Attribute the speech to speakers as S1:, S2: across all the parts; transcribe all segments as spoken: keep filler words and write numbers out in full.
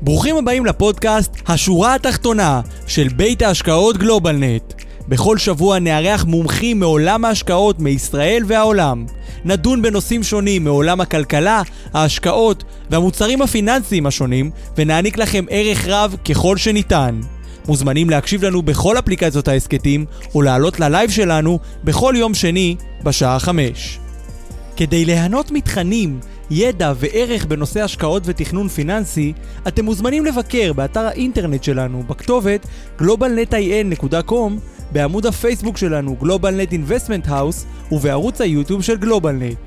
S1: ברוכים הבאים לפודקאסט השורה התחתונה של בית ההשקעות גלובלנט. בכל שבוע נארח מומחים מעולם ההשקעות מישראל והעולם. נדון בנושאים שונים מעולם הכלכלה, ההשקעות והמוצרים הפיננסיים השונים, ונעניק לכם ערך רב ככל שניתן. מוזמנים להקשיב לנו בכל אפליקציות העסקתים, או לעלות ללייב שלנו בכל יום שני בשעה חמש. כדי ליהנות מתכנים, ידע וערך בנושא השקעות ותכנון פיננסי, אתם מוזמנים לבקר באתר האינטרנט שלנו בכתובת גלובל נט איי אן נקודה קום, בעמוד הפייסבוק שלנו GlobalNet Investment House ובערוץ היוטיוב של GlobalNet.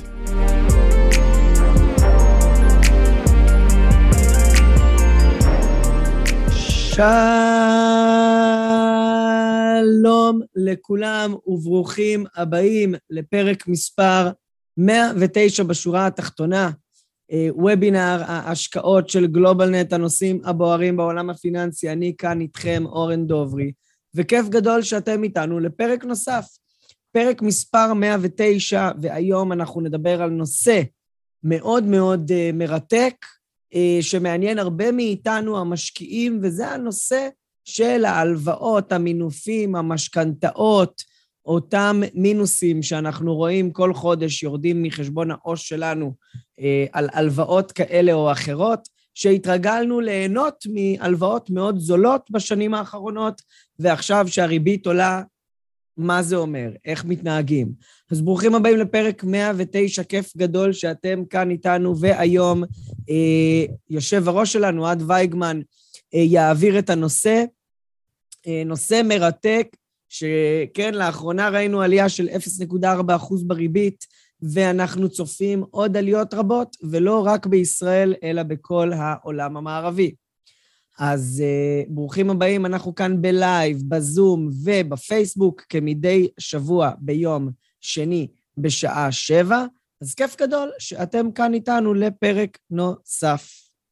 S2: שלום לכולם וברוכים הבאים לפרק מספר מאה ותשע בשורה התחתונה, וובינר ההשקעות של GlobalNet, הנושאים הבוערים בעולם הפיננסי. אני כאן איתכם, אורן דוברי, וכיף גדול שאתם איתנו לפרק נוסף, פרק מספר מאה ותשע, והיום אנחנו נדבר על נושא מאוד מאוד מרתק, שמעניין הרבה מאיתנו המשקיעים, וזה הנושא של ההלוואות, המינופים, המשכנתאות, אותם מינוסים שאנחנו רואים כל חודש יורדים מחשבון העו"ש שלנו על הלוואות כאלה או אחרות, שהתרגלנו ליהנות מהלוואות מאוד זולות בשנים האחרונות, ועכשיו שהריבית עולה, מה זה אומר? איך מתנהגים? אז ברוכים הבאים לפרק מאה ותשע, כיף גדול שאתם כאן איתנו, והיום אה, יושב הראש שלנו, עד וייגמן, אה, יעביר את הנושא, אה, נושא מרתק, שכן, לאחרונה ראינו עלייה של אפס נקודה ארבע אחוז בריבית, ואנחנו צופים עוד עליות רבות, ולא רק בישראל, אלא בכל העולם המערבי. אז uh, ברוכים הבאים, אנחנו כאן בלייב, בזום ובפייסבוק, כמדי שבוע ביום שני בשעה שבע, אז כיף גדול שאתם כאן איתנו לפרק נוסף.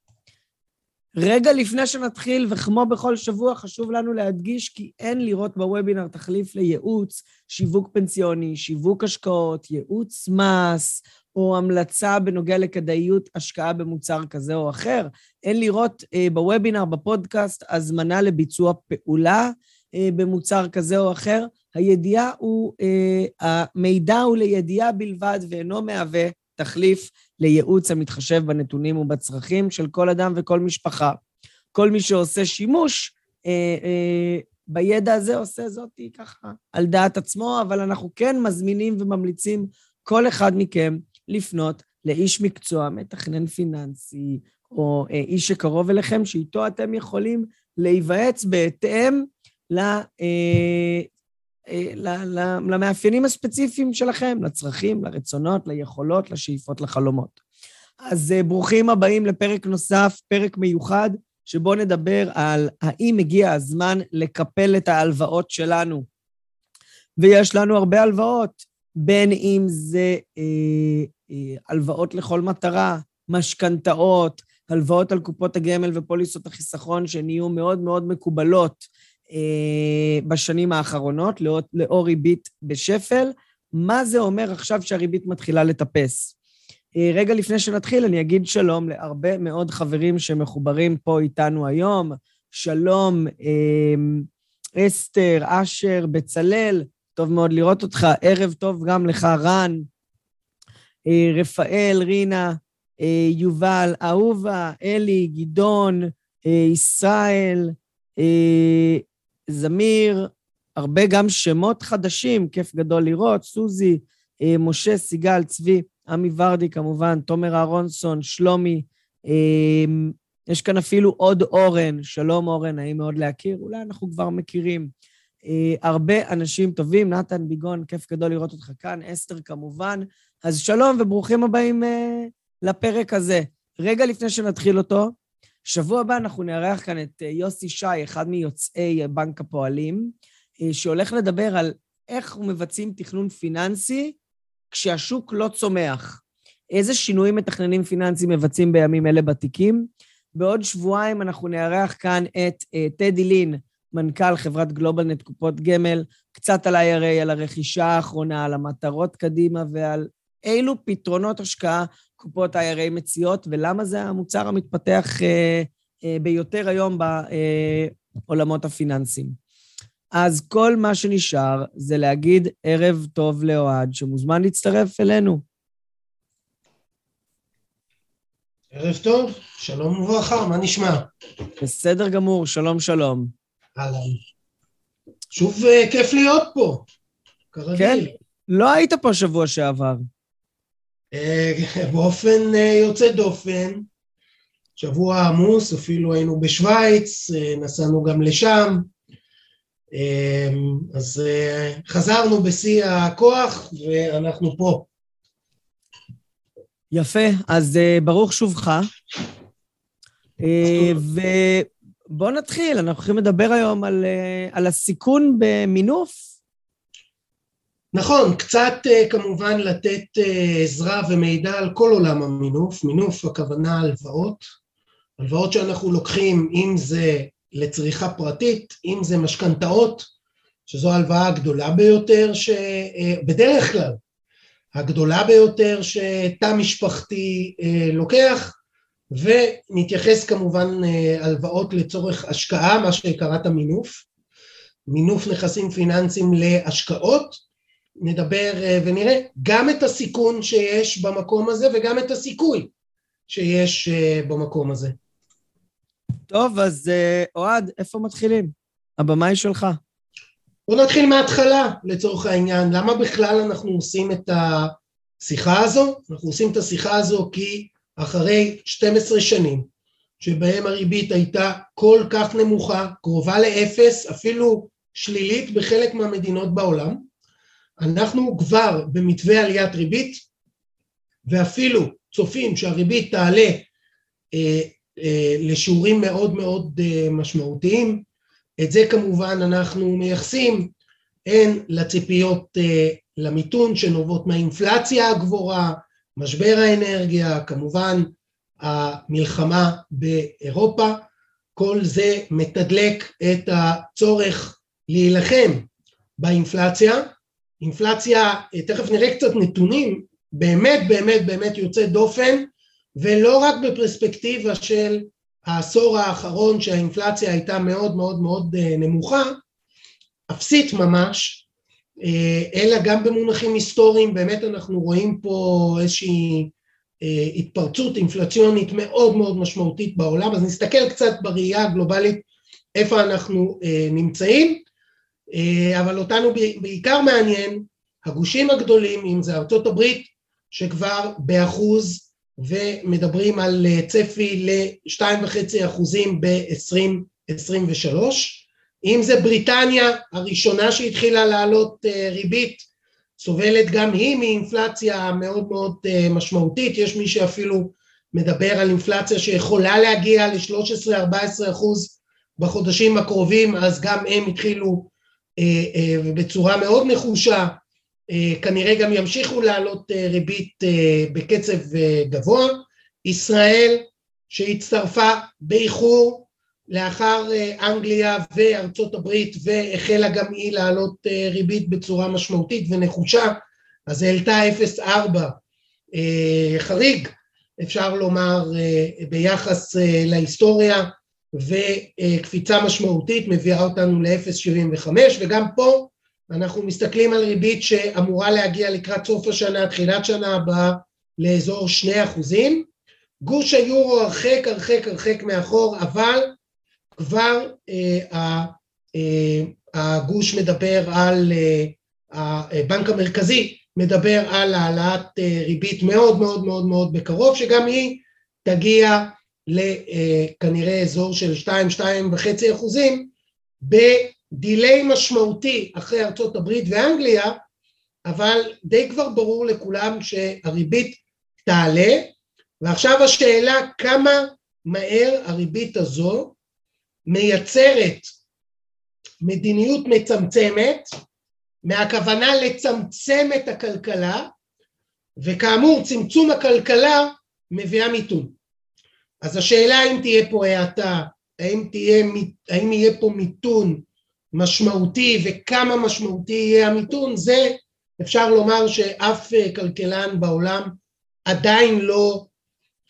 S2: רגע לפני שנתחיל, וכמו בכל שבוע, חשוב לנו להדגיש כי אין לראות בוובינר תחליף לייעוץ, שיווק פנסיוני, שיווק השקעות, ייעוץ מס, או המלצה בנוגע לכדאיות השקעה במוצר כזה או אחר. אין לראות אה, בוובינר, בפודקאסט, הזמנה לביצוע פעולה אה, במוצר כזה או אחר. הידיעה הוא, אה, המידע הוא לידיעה בלבד, ואינו מהווה תחליף לייעוץ המתחשב בנתונים ובצרכים של כל אדם וכל משפחה. כל מי שעושה שימוש אה, אה, בידע הזה עושה זאת ככה על דעת עצמו, אבל אנחנו כן מזמינים וממליצים כל אחד מכם לפנות לאיש מקצוע, מתכנן פיננסי, או אה, איש שקרוב אליכם, שאיתו אתם יכולים להיוועץ בהתאם ל... אה, למאפיינים הספציפיים שלכם, לצרכים, לרצונות, ליכולות, לשאיפות, לחלומות. אז ברוכים הבאים לפרק נוסף, פרק מיוחד, שבו נדבר על האם הגיע הזמן לקפל את ההלוואות שלנו. ויש לנו הרבה הלוואות, בין אם זה אה, אה, הלוואות לכל מטרה, משכנתאות, הלוואות על קופות הגמל ופוליסות החיסכון, שנהיו מאוד מאוד מקובלות, בשנים האחרונות, לאור ריבית בשפל. מה זה אומר עכשיו שהריבית מתחילה לטפס? רגע לפני שנתחיל, אני אגיד שלום להרבה מאוד חברים שמחוברים פה איתנו היום. שלום, אסתר, אשר, בצלאל, טוב מאוד לראות אותך. ערב טוב גם לך, רן, רפאל, רינה, יובל, אהובה, אלי, גדעון, ישראל, זמיר, הרבה גם שמות חדשים, כיף גדול לראות, סוזי, משה, סיגל, צבי, עמי ורדי כמובן, תומר אהרונסון, שלומי, יש כאן אפילו עוד אורן, שלום אורן, נעים מאוד להכיר, אולי אנחנו כבר מכירים, הרבה אנשים טובים, נתן ביגון, כיף גדול לראות אותך כאן, אסתר כמובן, אז שלום וברוכים הבאים לפרק הזה. רגע לפני שנתחיל אותו, שבוע הבא אנחנו נארח כאן את יוסי שי, אחד מיוצאי בנק הפועלים, שהולך לדבר על איך מבצעים תכנון פיננסי כשהשוק לא צומח. איזה שינויים מתכננים פיננסיים מבצעים בימים אלה בתיקים. בעוד שבועיים אנחנו נארח כאן את טדי לין, מנכ"ל חברת GlobalNet קופות גמל, קצת על איי אר איי, על הרכישה האחרונה, על המטרות קדימה ועל אילו פתרונות השקעה קופות איי אר איי מציעות, ולמה זה המוצר המתפתח אה, ביותר היום בעולמות הפיננסיים. אז כל מה שנשאר זה להגיד ערב טוב לאוהד, שמוזמן להצטרף אלינו.
S3: ערב טוב, שלום וברכה, מה נשמע?
S2: בסדר גמור, שלום שלום.
S3: אהלן. שוב uh, כיף להיות פה, כרגיל.
S2: כן, לא היית פה שבוע שעבר.
S3: Uh, באופן uh, יוצא דופן, שבוע עמוס, אפילו היינו בשוויץ, uh, נסענו גם לשם, uh, אז uh, חזרנו בשיא הכוח ואנחנו פה.
S2: יפה, אז uh, ברוך שובך, uh, ובוא נתחיל, אנחנו הולכים לדבר היום על, uh, על הסיכון במינוף.
S3: נכון, קצת uh, כמובן לתת uh, עזרה ומידע על כל עולם המינוף, מינוף הכוונה הלוואות, הלוואות שאנחנו לוקחים, אם זה לצריכה פרטית, אם זה משכנתאות, שזו ההלוואה הגדולה ביותר, שבדרך כלל, הגדולה ביותר שתא משפחתי לוקח, ונתייחס כמובן הלוואות לצורך השקעה, מה שקראת מינוף, מינוף נכסים פיננסיים להשקעות, נדבר ונראה גם את הסיכון שיש במקום הזה, וגם את הסיכוי שיש במקום הזה.
S2: טוב, אז אוהד, איפה מתחילים? הבמה היא שלך.
S3: בוא נתחיל מההתחלה לצורך העניין, למה בכלל אנחנו עושים את השיחה הזו? אנחנו עושים את השיחה הזו כי אחרי שתים עשרה שנים, שבהם הריבית הייתה כל כך נמוכה, קרובה לאפס, אפילו שלילית בחלק מהמדינות בעולם, אנחנו כבר במתווה עליית ריבית, ואפילו צופים שהריבית תעלה אה, אה, לשיעורים מאוד מאוד אה, משמעותיים, את זה כמובן אנחנו מייחסים הן לציפיות uh, למיתון שנובעות מהאינפלציה הגבוהה, משבר האנרגיה, כמובן המלחמה באירופה, כל זה מתדלק את הצורך להילחם באינפלציה. אינפלציה, תכף נראה קצת נתונים, באמת באמת באמת יוצא דופן, ולא רק בפרספקטיבה של העשור האחרון שהאינפלציה הייתה מאוד מאוד מאוד נמוכה, אפסית ממש, אלא גם במונחים היסטוריים, באמת אנחנו רואים פה איזושהי התפרצות אינפלציונית מאוד מאוד משמעותית בעולם, אז נסתכל קצת בראייה הגלובלית איפה אנחנו נמצאים, אבל אותנו בעיקר מעניין, הגושים הגדולים, אם זה ארצות הברית, שכבר באחוז, ומדברים על צפי ל-שתיים וחצי אחוזים ב-עשרים עשרים ושלוש, אם זה בריטניה הראשונה שהתחילה לעלות ריבית, סובלת גם היא מאינפלציה מאוד מאוד משמעותית, יש מי שאפילו מדבר על אינפלציה שיכולה להגיע ל-שלושה עשר עד ארבעה עשר אחוז בחודשים הקרובים, אז גם הם התחילו בצורה מאוד נחושה, כנראה גם ימשיכו לעלות ריבית בקצב גבוה. ישראל שהצטרפה באיחור לאחר אנגליה וארצות הברית והחלה גם היא לעלות ריבית בצורה משמעותית ונחושה, אז העלתה אפס נקודה ארבע, חריג אפשר לומר ביחס להיסטוריה, וקפיצה משמעותית מביאה אותנו ל-אפס נקודה שבעים וחמש, וגם פה אנחנו מסתכלים על ריבית שאמורה להגיע לקראת סוף השנה, תחילת שנה הבאה, לאזור שני אחוזים. גוש היורו הרחק, הרחק, הרחק מאחור, אבל כבר אה, אה, הגוש מדבר על, אה, הבנק המרכזי מדבר על העלאת אה, ריבית מאוד מאוד מאוד מאוד בקרוב, שגם היא תגיע לכנראה אזור של שתיים, שתיים וחצי אחוזים, ב... דילי משמעותי אחרי ארצות הברית ואנגליה, אבל די כבר ברור לכולם שהריבית תעלה, ועכשיו השאלה כמה מהר הריבית הזו מייצרת מדיניות מצמצמת, מהכוונה לצמצם את הכלכלה, וכאמור צמצום הכלכלה מביאה מיתון. אז השאלה האם תהיה פה האטה, האם, תהיה, האם יהיה פה מיתון משמעותי וכמה משמעותי יהיה המיתון, זה אפשר לומר שאף כלכלן בעולם עדיין לא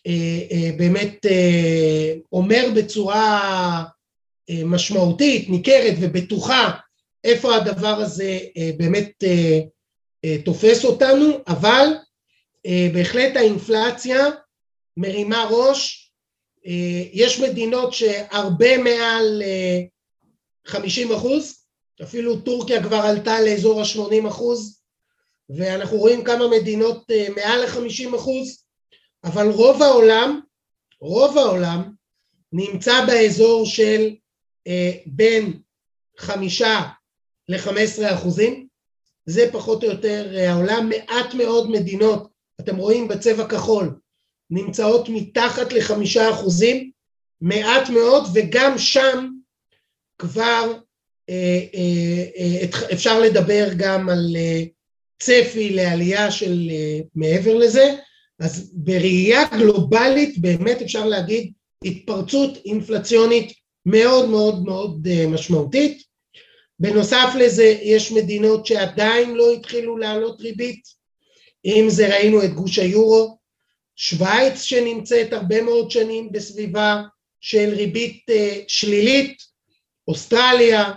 S3: באמת אומר בצורה משמעותית, ניכרת ובטוחה איפה הדבר הזה באמת תופס אותנו, אבל בהחלט האינפלציה מרימה ראש, יש מדינות שהרבה מעל חמישים אחוז, אפילו טורקיה כבר עלתה לאזור ה-שמונים אחוז, ואנחנו רואים כמה מדינות מעל ל-חמישים אחוז, אבל רוב העולם, רוב העולם נמצא באזור של אה, בין חמישה ל-חמישה עשר אחוזים, זה פחות או יותר אה, העולם, מעט מאוד מדינות, אתם רואים בצבע כחול, נמצאות מתחת לחמישה אחוזים, מעט מאוד, וגם שם כבר אה, אה, אה, אפשר לדבר גם על אה, צפי לעלייה של אה, מעבר לזה, אז בראייה גלובלית באמת אפשר להגיד התפרצות אינפלציונית מאוד מאוד מאוד משמעותית. בנוסף לזה יש מדינות שעדיין לא התחילו לעלות ריבית, אם זה ראינו את גוש היורו, שוויץ שנמצאת הרבה מאוד שנים בסביבה של ריבית שלילית, אוסטרליה,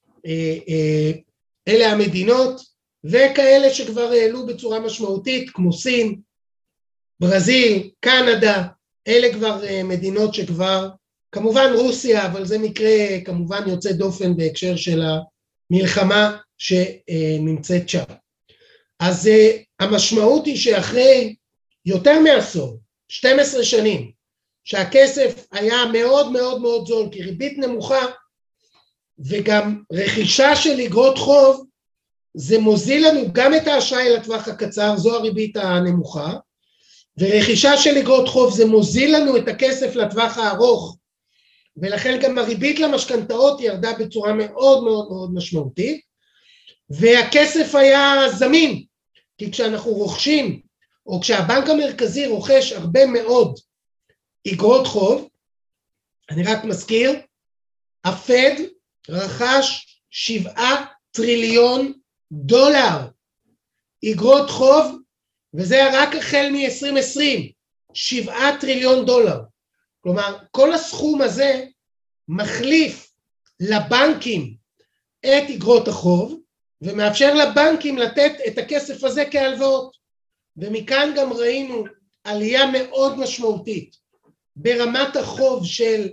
S3: אלה המדינות, וכאלה שכבר העלו בצורה משמעותית כמו סין, ברזיל, קנדה, אלה כבר מדינות שכבר, כמובן רוסיה, אבל זה מקרה כמובן יוצא דופן בהקשר של המלחמה שנמצאת שם. אז המשמעות היא שאחרי יותר מעשור, שתים עשרה שנים, שהכסף היה מאוד מאוד מאוד זול, כי ריבית נמוכה, וגם רכישה של אגרות חוב, זה מוזיל לנו גם את האשראי לטווח הקצר, זו הריבית הנמוכה, ורכישה של אגרות חוב זה מוזיל לנו את הכסף לטווח הארוך, ולכן גם הריבית למשכנתאות ירדה בצורה מאוד מאוד מאוד משמעותית, והכסף היה זמין, כי כשאנחנו רוכשים, או כשהבנק המרכזי רוכש הרבה מאוד אגרות חוב, אני רק מזכיר, הפד רכש שבעה טריליון דולר אגרות חוב, וזה רק החל מ-עשרים עשרים, שבעה טריליון דולר. כלומר, כל הסכום הזה מחליף לבנקים את אגרות החוב, ומאפשר לבנקים לתת את הכסף הזה כהלוואות. ומכאן גם ראינו עלייה מאוד משמעותית ברמת החוב של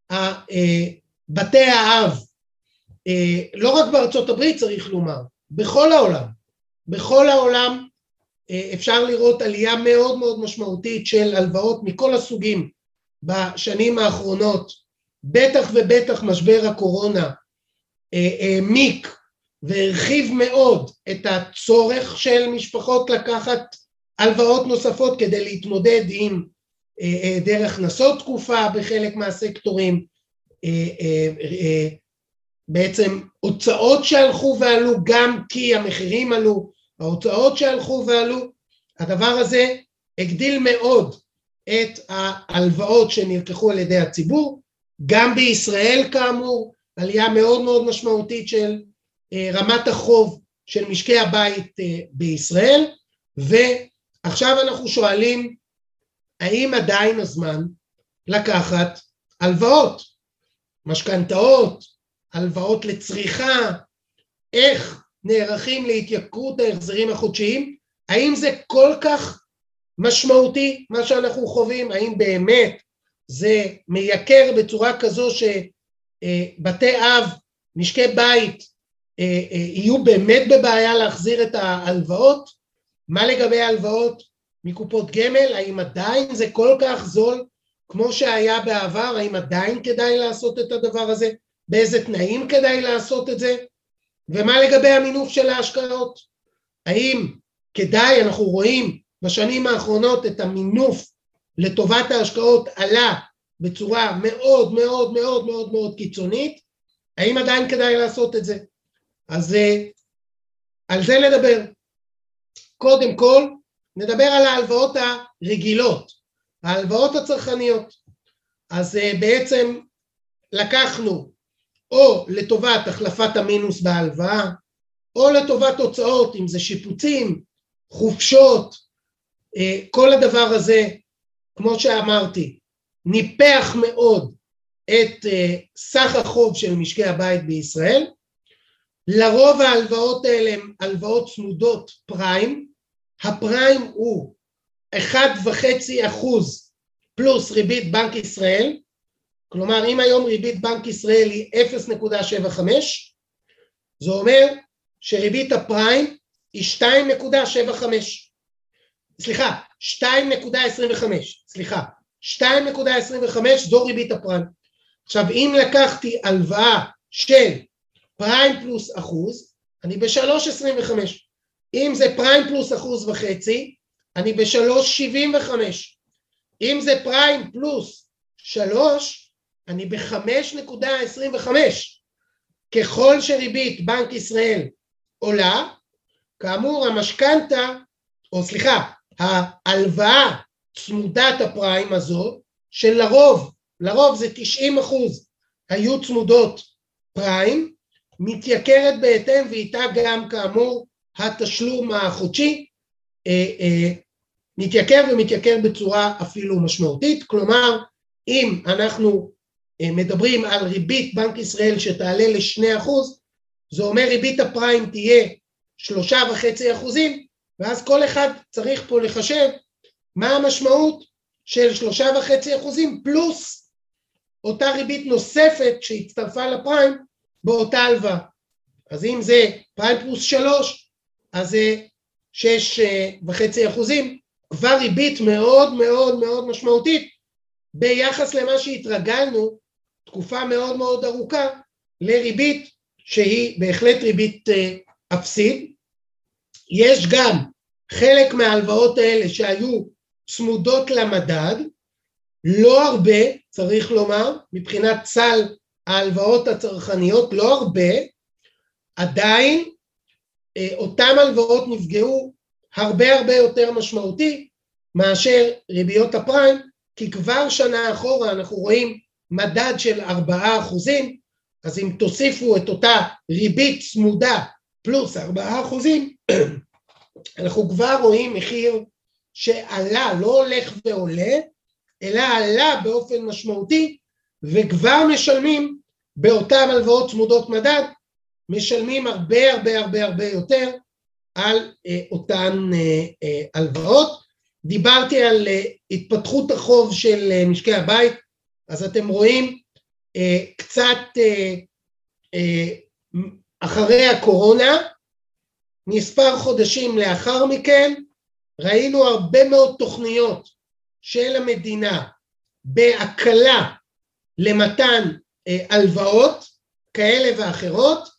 S3: בתי האב, לא רק בארצות הברית צריך לומר, בכל העולם. בכל העולם אפשר לראות עלייה מאוד מאוד משמעותית של הלוואות מכל הסוגים בשנים האחרונות, בטח ובטח משבר הקורונה העמיק והרחיב מאוד את הצורך של משפחות לקחת הלוואות נוספות כדי להתמודד עם דרך הכנסות תקופה בחלק מהסקטורים, בעצם הוצאות שהלכו ועלו גם כי המחירים עלו, ההוצאות שהלכו ועלו, הדבר הזה הגדיל מאוד את ההלוואות שנלקחו על ידי הציבור, גם בישראל כאמור, עלייה מאוד מאוד משמעותית של רמת החוב של משקי הבית בישראל, ועכשיו אנחנו שואלים, האם עדיין הזמן לקחת הלוואות, משכנתאות, הלוואות לצריכה, איך נערכים להתייקרות ההחזרים החודשיים, האם זה כל כך משמעותי מה שאנחנו חווים, האם באמת זה מייקר בצורה כזו שבתי אב, משקי בית, יהיו באמת בבעיה להחזיר את ההלוואות? מה לגבי ההלוואות מקופות גמל, האם עדיין זה כל כך זול כמו שהיה בעבר, האם עדיין כדאי לעשות את הדבר הזה, באיזה תנאים כדאי לעשות את זה, ומה לגבי המינוף של ההשקעות, האם כדאי, אנחנו רואים בשנים האחרונות את המינוף לטובת ההשקעות עלה בצורה מאוד מאוד מאוד מאוד מאוד קיצונית, האם עדיין כדאי לעשות את זה? אז על זה נדבר. קודם כל נדבר על ההלוואות הרגילות, ההלוואות הצרכניות. אז בעצם לקחנו או לטובת החלפת המינוס בהלוואה, או לטובת הוצאות, אם זה שיפוצים, חופשות, כל הדבר הזה כמו שאמרתי, ניפח מאוד את uh, סך החוב של משקי הבית בישראל, לרוב ההלוואות האלה הן הלוואות צמודות פריים, הפריים הוא אחד וחצי אחוז פלוס ריבית בנק ישראל, כלומר אם היום ריבית בנק ישראל היא אפס נקודה שבע חמש, זה אומר שריבית הפריים היא שתיים נקודה שבע חמש, סליחה, שתיים נקודה עשרים וחמש, סליחה, שתיים נקודה עשרים וחמש זו ריבית הפריים. עכשיו אם לקחתי הלוואה של פריים פלוס אחוז, אני ב-שלוש נקודה עשרים וחמש, אם זה פריים פלוס אחוז וחצי, אני ב-שלוש נקודה שבעים וחמש, אם זה פריים פלוס שלוש, אני ב-חמש נקודה עשרים וחמש. ככל שריבית בנק ישראל עולה, כאמור המשכנתא, או סליחה, ההלוואה צמודת הפריים הזו, שלרוב, לרוב זה תשעים אחוז היו צמודות פריים, מתייקרת בהתאם, ואיתה גם כאמור התשלום החודשי אה, אה, מתייקר ומתייקר בצורה אפילו משמעותית. כלומר אם אנחנו אה, מדברים על ריבית בנק ישראל שתעלה לשני אחוז, זה אומר ריבית הפריים תהיה שלושה וחצי אחוזים, ואז כל אחד צריך פה לחשב מה המשמעות של שלושה וחצי אחוזים פלוס אותה ריבית נוספת שהצטרפה לפריים באותה הלוואה. אז אם זה פריים פלוס שלוש, אז זה שש וחצי אחוזים, כבר ריבית מאוד מאוד מאוד משמעותית, ביחס למה שהתרגלנו, תקופה מאוד מאוד ארוכה, לריבית שהיא בהחלט ריבית אפסית. יש גם חלק מההלוואות האלה שהיו צמודות למדד, לא הרבה, צריך לומר, מבחינת סל ההלוואות הצרכניות, לא הרבה, עדיין אותם הלוואות נפגעו הרבה הרבה יותר משמעותי מאשר ריביות הפריים, כי כבר שנה אחורה אנחנו רואים מדד של ארבעה אחוזים, אז אם תוסיפו את אותה ריבית צמודה פלוס ארבעה אחוזים, אנחנו כבר רואים מחיר שעלה, לא הולך ועולה, אלא עלה באופן משמעותי, וכבר משלמים באותן הלוואות צמודות מדד, משלמים הרבה הרבה הרבה הרבה יותר על אה, אותן אה, אה, הלוואות. דיברתי על אה, התפתחות החוב של אה, משקי הבית, אז אתם רואים אה, קצת אה, אה, אחרי הקורונה, מספר חודשים לאחר מכן, ראינו הרבה מאוד תוכניות של המדינה בהקלה למתן אה, הלוואות כאלה ואחרות,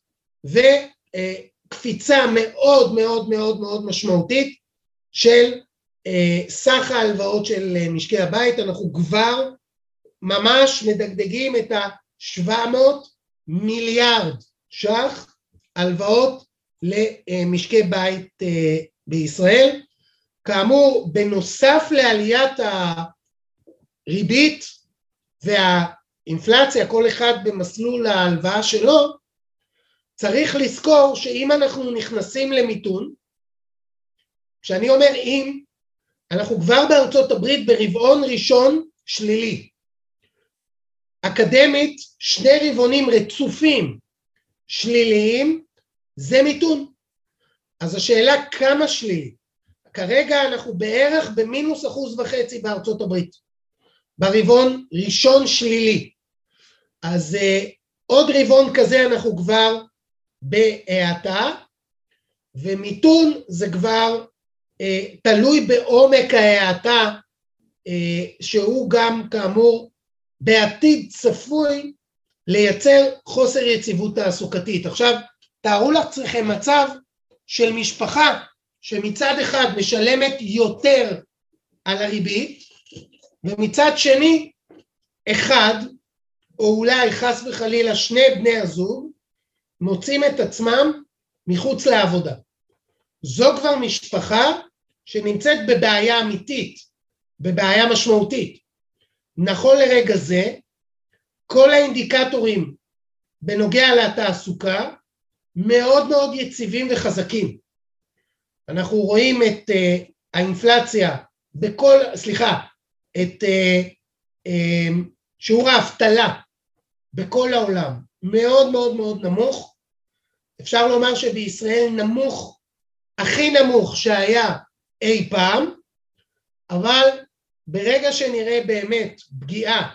S3: וקפיצה מאוד מאוד מאוד מאוד משמעותית של אה, סך ההלוואות של אה, משקי הבית. אנחנו כבר ממש מדגדגים את ה-שבע מאות מיליארד ש"ח הלוואות למשקי בית אה, בישראל. כאמור, בנוסף לעליית הריבית והאינפלציה, כל אחד במסלול ההלוואה שלו, צריך לזכור שאם אנחנו נכנסים למיתון, כשאני אומר אם, אנחנו כבר בארצות הברית ברבעון ראשון שלילי. אקדמית, שני רבעונים רצופים שליליים, זה מיתון. אז השאלה כמה שלילי? כרגע אנחנו בערך במינוס אחוז וחצי בארצות הברית, ברבעון ראשון שלילי. אז uh, עוד רבעון כזה אנחנו כבר בהאטה, ומיתון זה כבר uh, תלוי בעומק ההאטה, uh, שהוא גם כאמור בעתיד צפוי לייצר חוסר יציבות תעסוקתית. עכשיו תארו לעצמכם מצב של משפחה שמצד אחד משלמת יותר על הריבית, ומצד שני אחד או אולי חס וחלילה שני בני הזוג מוצאים את עצמם מחוץ לעבודה. זו כבר משפחה שנמצאת בבעיה אמיתית, בבעיה משמעותית. נכון לרגע זה, כל האינדיקטורים בנוגע לתעסוקה מאוד מאוד יציבים וחזקים. אנחנו רואים את uh, האינפלציה בכל, סליחה, את אה, אה, שיעור האבטלה בכל העולם, מאוד מאוד מאוד נמוך, אפשר לומר שבישראל נמוך, הכי נמוך שהיה אי פעם, אבל ברגע שנראה באמת פגיעה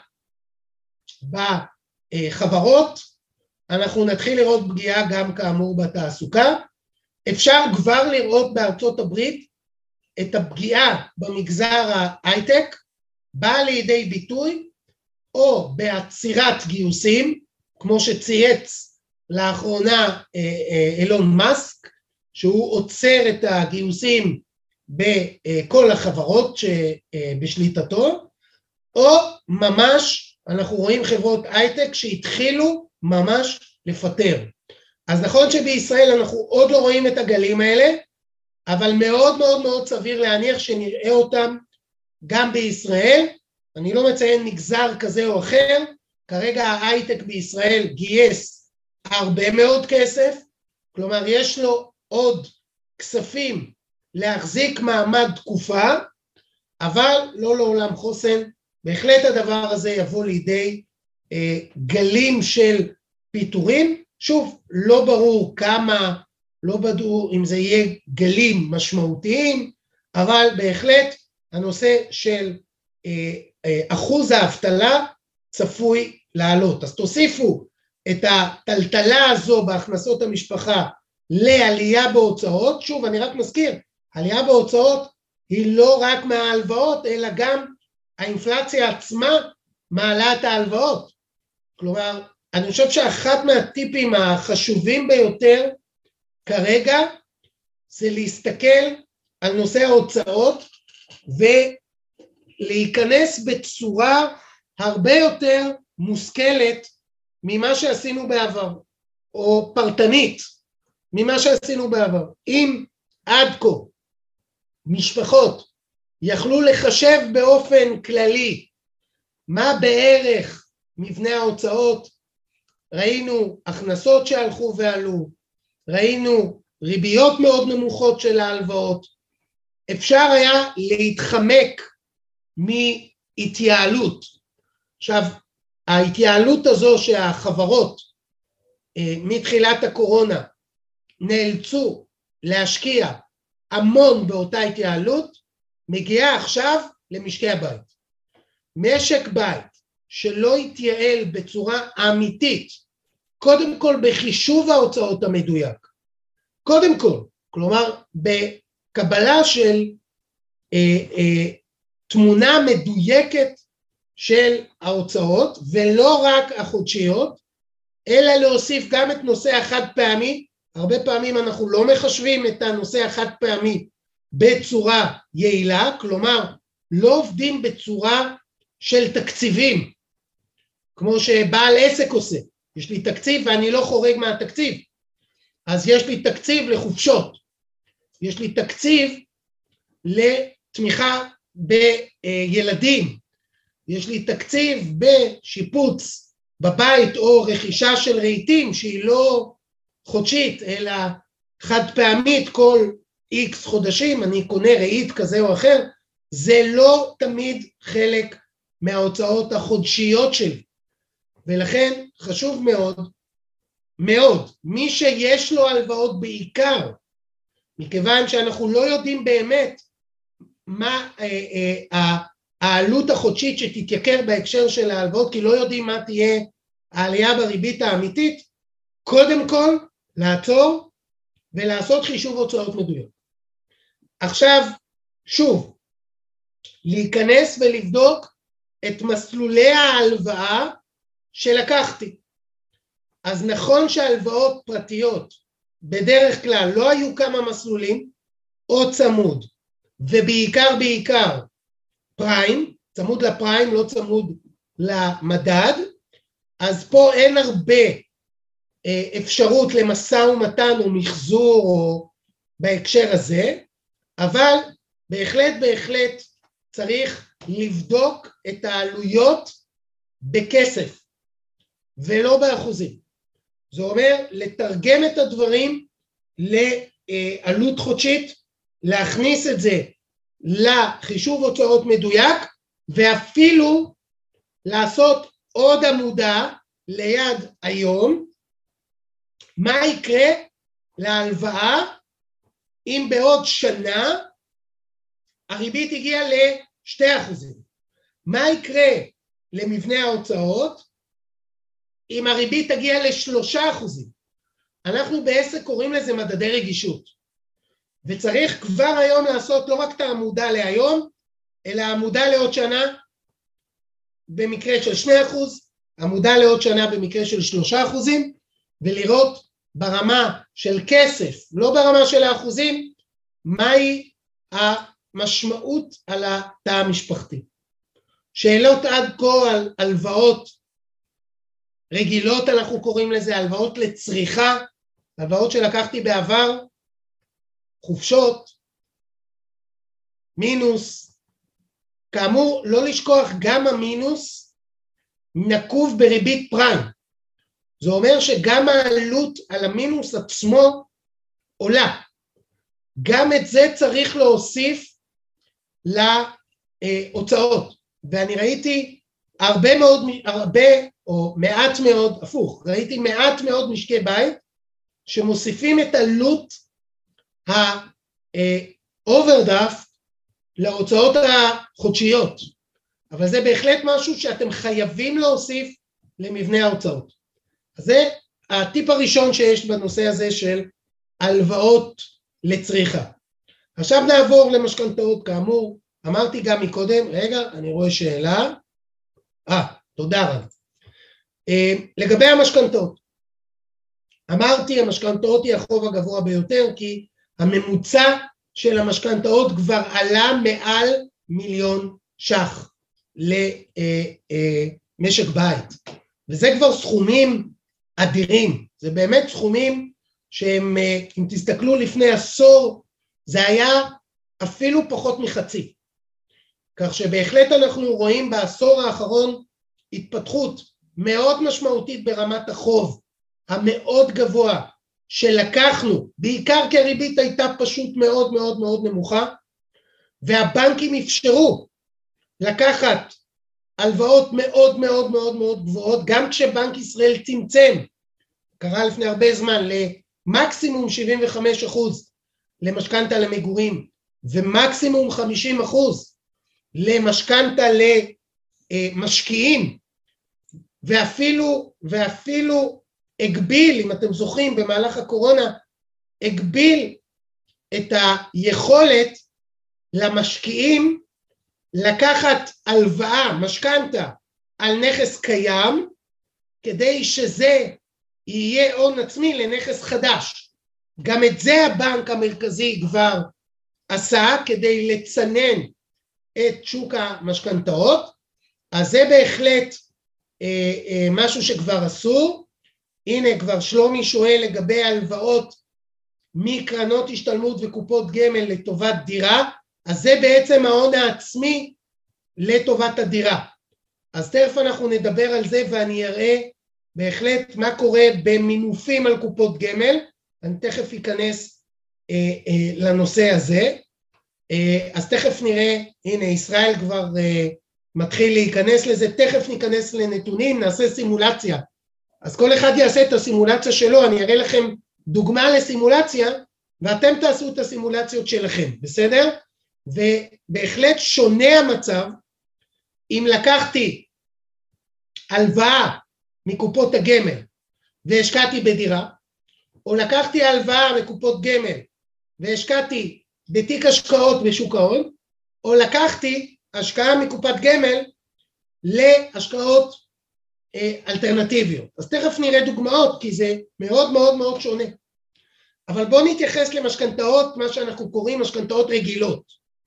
S3: בחברות, אנחנו נתחיל לראות פגיעה גם כאמור בתעסוקה. אפשר כבר לראות בארצות הברית את הפגיעה במגזר ההייטק, באה לידי ביטוי או בעצירת גיוסים, כמו שצייץ לאחרונה אילון מאסק, שהוא עוצר את הגיוסים בכל החברות שבשליטתו, או ממש אנחנו רואים חברות הייטק שהתחילו ממש לפטר. אז נכון שבישראל אנחנו עוד לא רואים את הגלים האלה, אבל מאוד מאוד מאוד סביר להניח שנראה אותם גם בישראל. אני לא מציין מגזר כזה או אחר, כרגע ההייטק בישראל גייס הרבה מאוד כסף, כלומר יש לו עוד כספים להחזיק מעמד תקופה, אבל לא לעולם חוסן. בהחלט הדבר הזה יבוא לידי אה, גלים של פיטורים, שוב לא ברור כמה, לא ברור אם זה יהיה גלים משמעותיים, אבל בהחלט הנושא של אה, אה, אחוז האבטלה צפוי לעלות. אז תוסיפו את הטלטלה הזו בהכנסות המשפחה לעלייה בהוצאות, שוב אני רק מזכיר, עלייה בהוצאות היא לא רק מההלוואות, אלא גם האינפלציה עצמה מעלה את ההלוואות. כלומר, אני חושב שאחת מהטיפים החשובים ביותר כרגע, זה להסתכל על נושא ההוצאות, ולהיכנס בצורה הרבה יותר מושכלת ממה שעשינו בעבר, או פרטנית ממה שעשינו בעבר. אם עד כה משפחות יכלו לחשב באופן כללי מה בערך מבנה ההוצאות, ראינו הכנסות שהלכו ועלו, ראינו ריביות מאוד נמוכות של ההלוואות, אפשר היה להתחמק מהתייעלות. עכשיו, ההתייעלות הזו שהחברות מתחילת הקורונה נאלצו להשקיע המון באותה התייעלות, מגיעה עכשיו למשקי הבית. משק בית שלא יתייעל בצורה אמיתית, קודם כל בחישוב ההוצאות המדויק, קודם כל, כלומר בקבלה של אה, אה, תמונה מדויקת של ההוצאות, ולא רק החודשיות, אלא להוסיף גם את נושא החד פעמי. הרבה פעמים אנחנו לא מחשבים את הנושא החד פעמי בצורה יעילה, כלומר לא עובדים בצורה של תקציבים, כמו שבעל עסק עושה, יש לי תקציב ואני לא חורג מהתקציב, אז יש לי תקציב לחופשות, יש לי תקציב לתמיכה בילדים, יש לי תקציב בשיפוץ בבית או רכישה של רהיטים שהיא לא חודשית אלא חד פעמית, כל איקס חודשים אני קונה רהיט כזה או אחר, זה לא תמיד חלק מההוצאות החודשיות שלי, ולכן חשוב מאוד מאוד, מי שיש לו הלוואות בעיקר, מכיוון שאנחנו לא יודעים באמת מה אה, אה, העלות החודשית שתתייקר בהקשר של ההלוואות, כי לא יודעים מה תהיה העלייה בריבית האמיתית, קודם כל לעצור ולעשות חישוב הוצאות מדויק. עכשיו שוב, להיכנס ולבדוק את מסלולי ההלוואה שלקחתי. אז נכון שהלוואות פרטיות בדרך כלל לא היו כמה מסלולים, או צמוד, ובעיקר בעיקר פריים, צמוד לפריים, לא צמוד למדד, אז פה אין הרבה אפשרות למשא ומתן או מחזור או בהקשר הזה, אבל בהחלט בהחלט צריך לבדוק את העלויות בכסף ולא באחוזים. זה אומר לתרגם את הדברים לעלות חודשית, להכניס את זה לחישוב הוצאות מדויק, ואפילו לעשות עוד עמודה ליד היום, מה יקרה להלוואה אם בעוד שנה הריבית הגיעה ל-שני אחוזים? מה יקרה למבנה ההוצאות אם הריבית תגיע ל-שלושה אחוזים? אנחנו בעסק קוראים לזה מדדי רגישות, וצריך כבר היום לעשות לא רק את העמודה להיום, אלא עמודה לעוד שנה במקרה של שני אחוז, עמודה לעוד שנה במקרה של שלושה אחוזים, ולראות ברמה של כסף, לא ברמה של האחוזים, מהי המשמעות על התא המשפחתי. שאלות עד כה על הלוואות רגילות, אנחנו קוראים לזה הלוואות לצריכה, הלוואות שלקחתי בעבר, חופשות, מינוס, כאמור לא לשכוח גם המינוס נקוב בריבית פריים, זה אומר שגם העלות על המינוס עצמו עולה, גם את זה צריך להוסיף להוצאות, ואני ראיתי הרבה מאוד, הרבה או מעט מאוד, הפוך, ראיתי מעט מאוד משקי בית שמוסיפים את עלות האוברדרפט להוצאות החודשיות, אבל זה בהחלט משהו שאתם חייבים להוסיף למבנה ההוצאות. אז זה הטיפ הראשון שיש בנושא הזה של הלוואות לצריכה. עכשיו נעבור למשכנתאות, כאמור, אמרתי גם מקודם, רגע, אני רואה שאלה, אה, תודה רבה. לגבי המשכנתאות, אמרתי המשכנתאות היא החוב הגבוה ביותר, כי הממוצע של המשכנתאות כבר עלה מעל מיליון ש"ח למשק בית, וזה כבר סכומים אדירים, זה באמת סכומים שהם, אם תסתכלו לפני עשור, זה היה אפילו פחות מחצי, כך שבהחלט אנחנו רואים בעשור האחרון התפתחות מאוד משמעותית ברמת החוב המאוד גבוה שלקחנו, בעיקר כי הריבית הייתה פשוט מאוד מאוד מאוד נמוכה, והבנקים אפשרו לקחת הלוואות מאוד מאוד מאוד מאוד גבוהות, גם כשבנק ישראל צמצם, קרה לפני הרבה זמן, למקסימום שבעים וחמישה אחוז למשכנתא למגורים, ומקסימום חמישים אחוז למשכנתא למשקיעים, ואפילו, ואפילו הגביל, אם אתם זוכרים, במהלך הקורונה, הגביל את היכולת למשקיעים לקחת הלוואה, משכנתא, על נכס קיים, כדי שזה יהיה הון עצמי לנכס חדש. גם את זה הבנק המרכזי כבר עשה, כדי לצנן את שוק המשכנתאות, אז זה בהחלט אה, אה, משהו שכבר עשו. הנה כבר שלומי שואל לגבי הלוואות מקרנות השתלמות וקופות גמל לטובת דירה, אז זה בעצם ההון העצמי לטובת הדירה. אז תכף אנחנו נדבר על זה ואני אראה בהחלט מה קורה במינופים על קופות גמל, אני תכף אכנס אה, אה, לנושא הזה, אה, אז תכף נראה, הנה ישראל כבר אה, מתחיל להיכנס לזה, תכף ניכנס לנתונים, נעשה סימולציה, אז כל אחד יעשה את הסימולציה שלו, אני אראה לכם דוגמה לסימולציה, ואתם תעשו את הסימולציות שלכם, בסדר? ובהחלט שונה המצב, אם לקחתי הלוואה מקופות הגמל, והשקעתי בדירה, או לקחתי הלוואה מקופות גמל, והשקעתי בתיק השקעות בשוק ההון, או לקחתי השקעה מקופת גמל, להשקעות אלטרנטיביות. אז תכף נראה דוגמאות, כי זה מאוד מאוד מאוד שונה. אבל בואו נתייחס למשכנתאות, מה שאנחנו קוראים משכנתאות רגילות.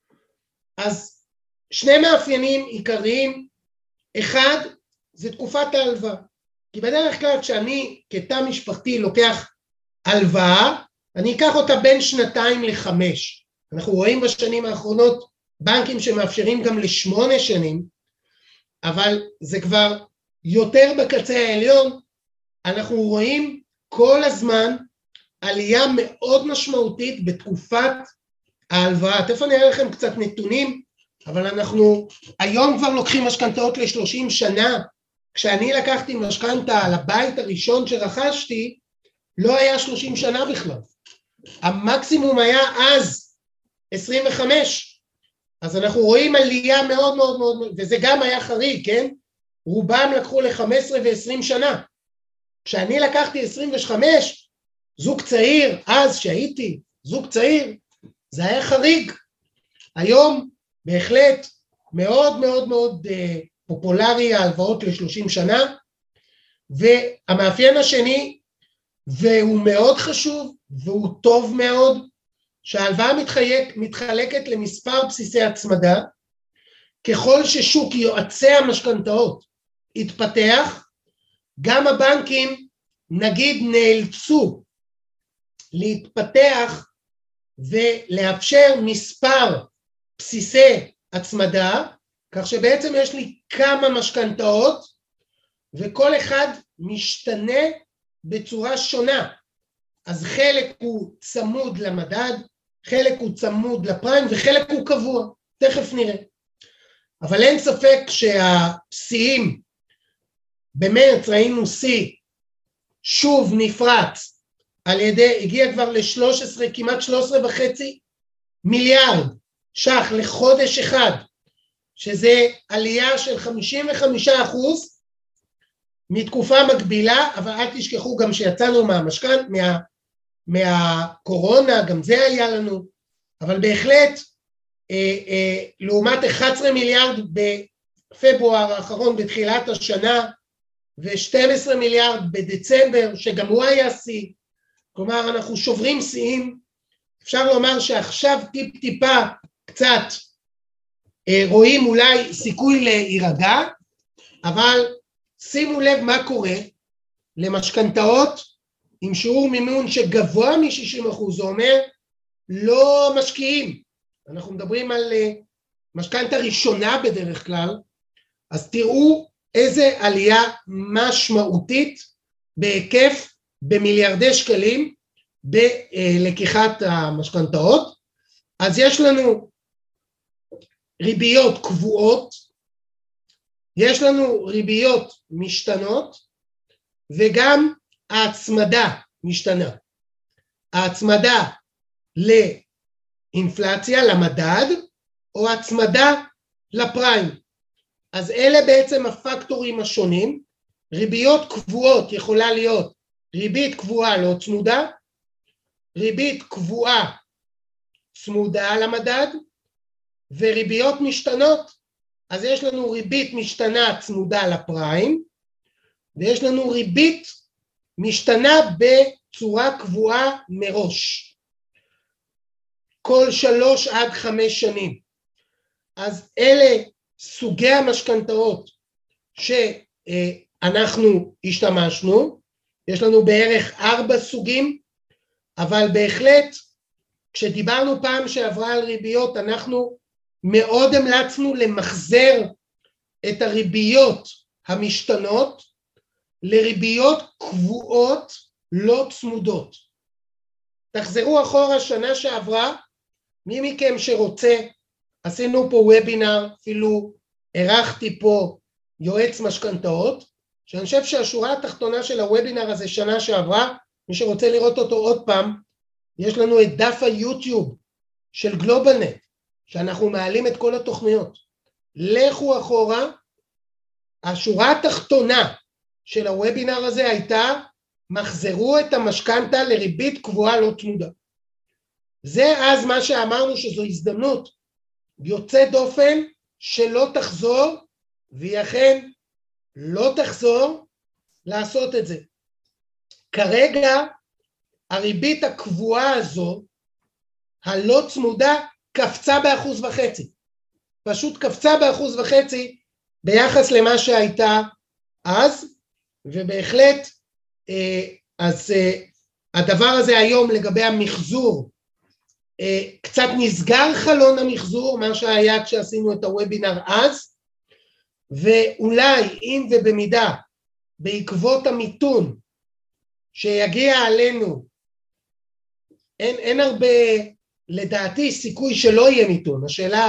S3: אז שני מאפיינים עיקריים, אחד זה תקופת ההלוואה. כי בדרך כלל כשאני כתא משפחתי לוקח הלוואה, אני אקח אותה בין שנתיים לחמש. אנחנו רואים בשנים האחרונות בנקים שמאפשרים גם לשמונה שנים, אבל זה כבר יותר בקצה העליון, אנחנו רואים כל הזמן עלייה מאוד משמעותית בתקופת ההלוואה. תכף אני אראה לכם קצת נתונים אבל אנחנו היום כבר לוקחים משכנתאות ל-שלושים שנה. כשאני לקחתי משכנתה על הבית הראשון שרכשתי, לא היה שלושים שנה בכלל. המקסימום היה אז עשרים וחמש. אז אנחנו רואים עלייה מאוד מאוד מאוד, וזה גם היה חריג, כן? רובם לקחו ל-חמש עשרה ו-עשרים שנה. כשאני לקחתי עשרים וחמש, זוג צעיר, אז שהייתי זוג צעיר, זה היה חריג. היום בהחלט מאוד מאוד מאוד uh, פופולרי ההלוואות ל-שלושים שנה, והמאפיין השני, והוא מאוד חשוב והוא טוב מאוד, שההלוואה מתחלק, מתחלקת למספר בסיסי הצמדה. ככל ששוק יועצי המשכנתאות התפתח, גם הבנקים נגיד נאלצו להתפתח ולאפשר מספר בסיסי הצמדה, כך שבעצם יש לי כמה משכנתאות וכל אחד משתנה בצורה שונה. אז חלק הוא צמוד למדד, חלק הוא צמוד לפריים וחלק הוא קבוע, תכף נראה. אבל אין ספק שהשיאים, במרץ ראינו שיא שוב נפרץ על ידי, הגיע כבר ל-שלוש עשרה, כמעט שלוש עשרה וחצי מיליארד שח לחודש אחד, שזה עלייה של חמישים וחמישה אחוז מתקופה מקבילה, אבל אל תשכחו גם שיצאנו מהמשכנתא, מה, מהקורונה, גם זה היה לנו, אבל בהחלט אה, אה, לעומת אחד עשר מיליארד בפברואר האחרון בתחילת השנה, ו-שנים עשר מיליארד בדצמבר, שגם הוא היה שיא, כלומר אנחנו שוברים שיאים. אפשר לומר שעכשיו טיפ טיפה קצת אה, רואים אולי סיכוי להירגע, אבל שימו לב מה קורה למשכנתאות עם שיעור מימון שגבוה מ-שישים אחוז, זה אומר לא משקיעים, אנחנו מדברים על אה, משכנתא ראשונה בדרך כלל, אז תראו איזה עלייה משמעותית בהיקף במיליארדי שקלים בלקיחת המשכנתאות. אז יש לנו ריביות קבועות, יש לנו ריביות משתנות, וגם ההצמדה משתנה. ההצמדה לאינפלציה, למדד, או הצמדה לפריים. אז אלה בעצם הפקטורים השונים. ריביות קבועות יכולה להיות ריבית קבועה לא צמודה, ריבית קבועה צמודה למדד, וריביות משתנות. אז יש לנו ריבית משתנה צמודה לפריים, ויש לנו ריבית משתנה בצורה קבועה מראש, כל שלוש עד חמש שנים. אז אלה סוגי המשכנתאות שאנחנו השתמשנו, יש לנו בערך ארבע סוגים, אבל בהחלט כשדיברנו פעם שעברה על ריביות, אנחנו מאוד המלצנו למחזר את הריביות המשתנות לריביות קבועות לא צמודות. תחזרו אחורה שנה שעברה, מי מכם שרוצה, עשינו פה וובינר, אפילו ערכתי פה יועץ משכנתאות, שאני חושב שהשורה התחתונה של הוובינר הזה שנה שעברה, מי שרוצה לראות אותו עוד פעם, יש לנו את דף היוטיוב של גלובלנט, שאנחנו מעלים את כל התוכניות. לכו אחורה, השורה התחתונה של הוובינר הזה הייתה, מחזרו את המשכנתא לריבית קבועה לא צמודה. זה אז מה שאמרנו שזו הזדמנות יוצא דופן שלא תחזור, והיא אכן לא תחזור לעשות את זה. כרגע הריבית הקבועה הזו, הלא צמודה, קפצה באחוז וחצי. פשוט קפצה באחוז וחצי ביחס למה שהייתה אז, ובהחלט אז הדבר הזה היום לגבי המחזור, קצת נסגר חלון המחזור, מה שהיה כשעשינו את הוובינר אז, ואולי אם ובמידה בעקבות המיתון שיגיע עלינו, אין, אין הרבה לדעתי סיכוי שלא יהיה מיתון, השאלה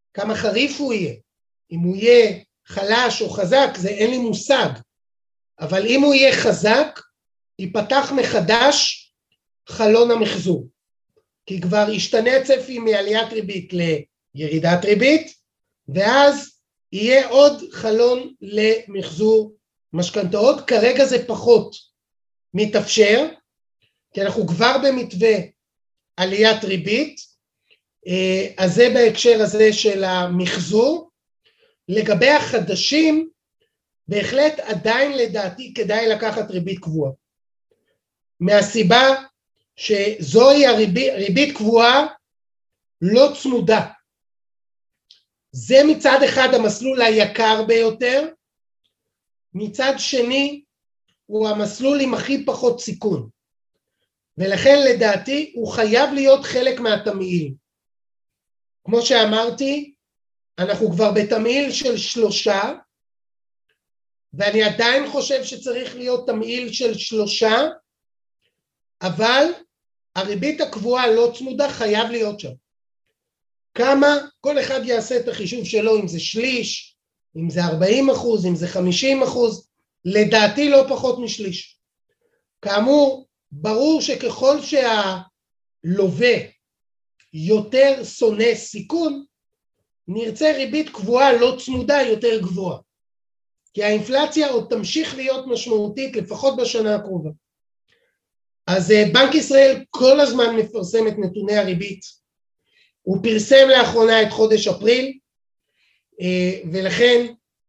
S3: כמה חריף הוא יהיה, אם הוא יהיה חלש או חזק, זה אין לי מושג, אבל אם הוא יהיה חזק, ייפתח מחדש חלון המחזור, כי כבר ישתנה הצפי מעליית ריבית לירידת ריבית, ואז יהיה עוד חלון למחזור משכנתאות. כרגע זה פחות מתאפשר, כי אנחנו כבר במתווה עליית ריבית, אז זה בהקשר הזה של המחזור. לגבי החדשים, בהחלט עדיין לדעתי כדאי לקחת ריבית קבועה, מהסיבה שזוהי הריבית, ריבית קבועה לא צמודה. זה מצד אחד המסלול היקר ביותר, מצד שני הוא המסלול עם הכי פחות סיכון, ולכן לדעתי הוא חייב להיות חלק מהתמהיל. כמו שאמרתי, אנחנו כבר בתמהיל של שלושה, ואני עדיין חושב שצריך להיות תמהיל של שלושה, אבל הריבית הקבועה לא צמודה חייב להיות שם. כמה? כל אחד יעשה את החישוב שלו, אם זה שליש, אם זה ארבעים אחוז, אם זה חמישים אחוז, לדעתי לא פחות משליש. כאמור, ברור שככל שהלווה יותר שונא סיכון, נרצה ריבית קבועה לא צמודה יותר גבוהה, כי האינפלציה עוד תמשיך להיות משמעותית לפחות בשנה הקרובה. אז בנק ישראל כל הזמן מפרסם את נתוני הריבית, הוא פרסם לאחרונה את חודש אפריל, ולכן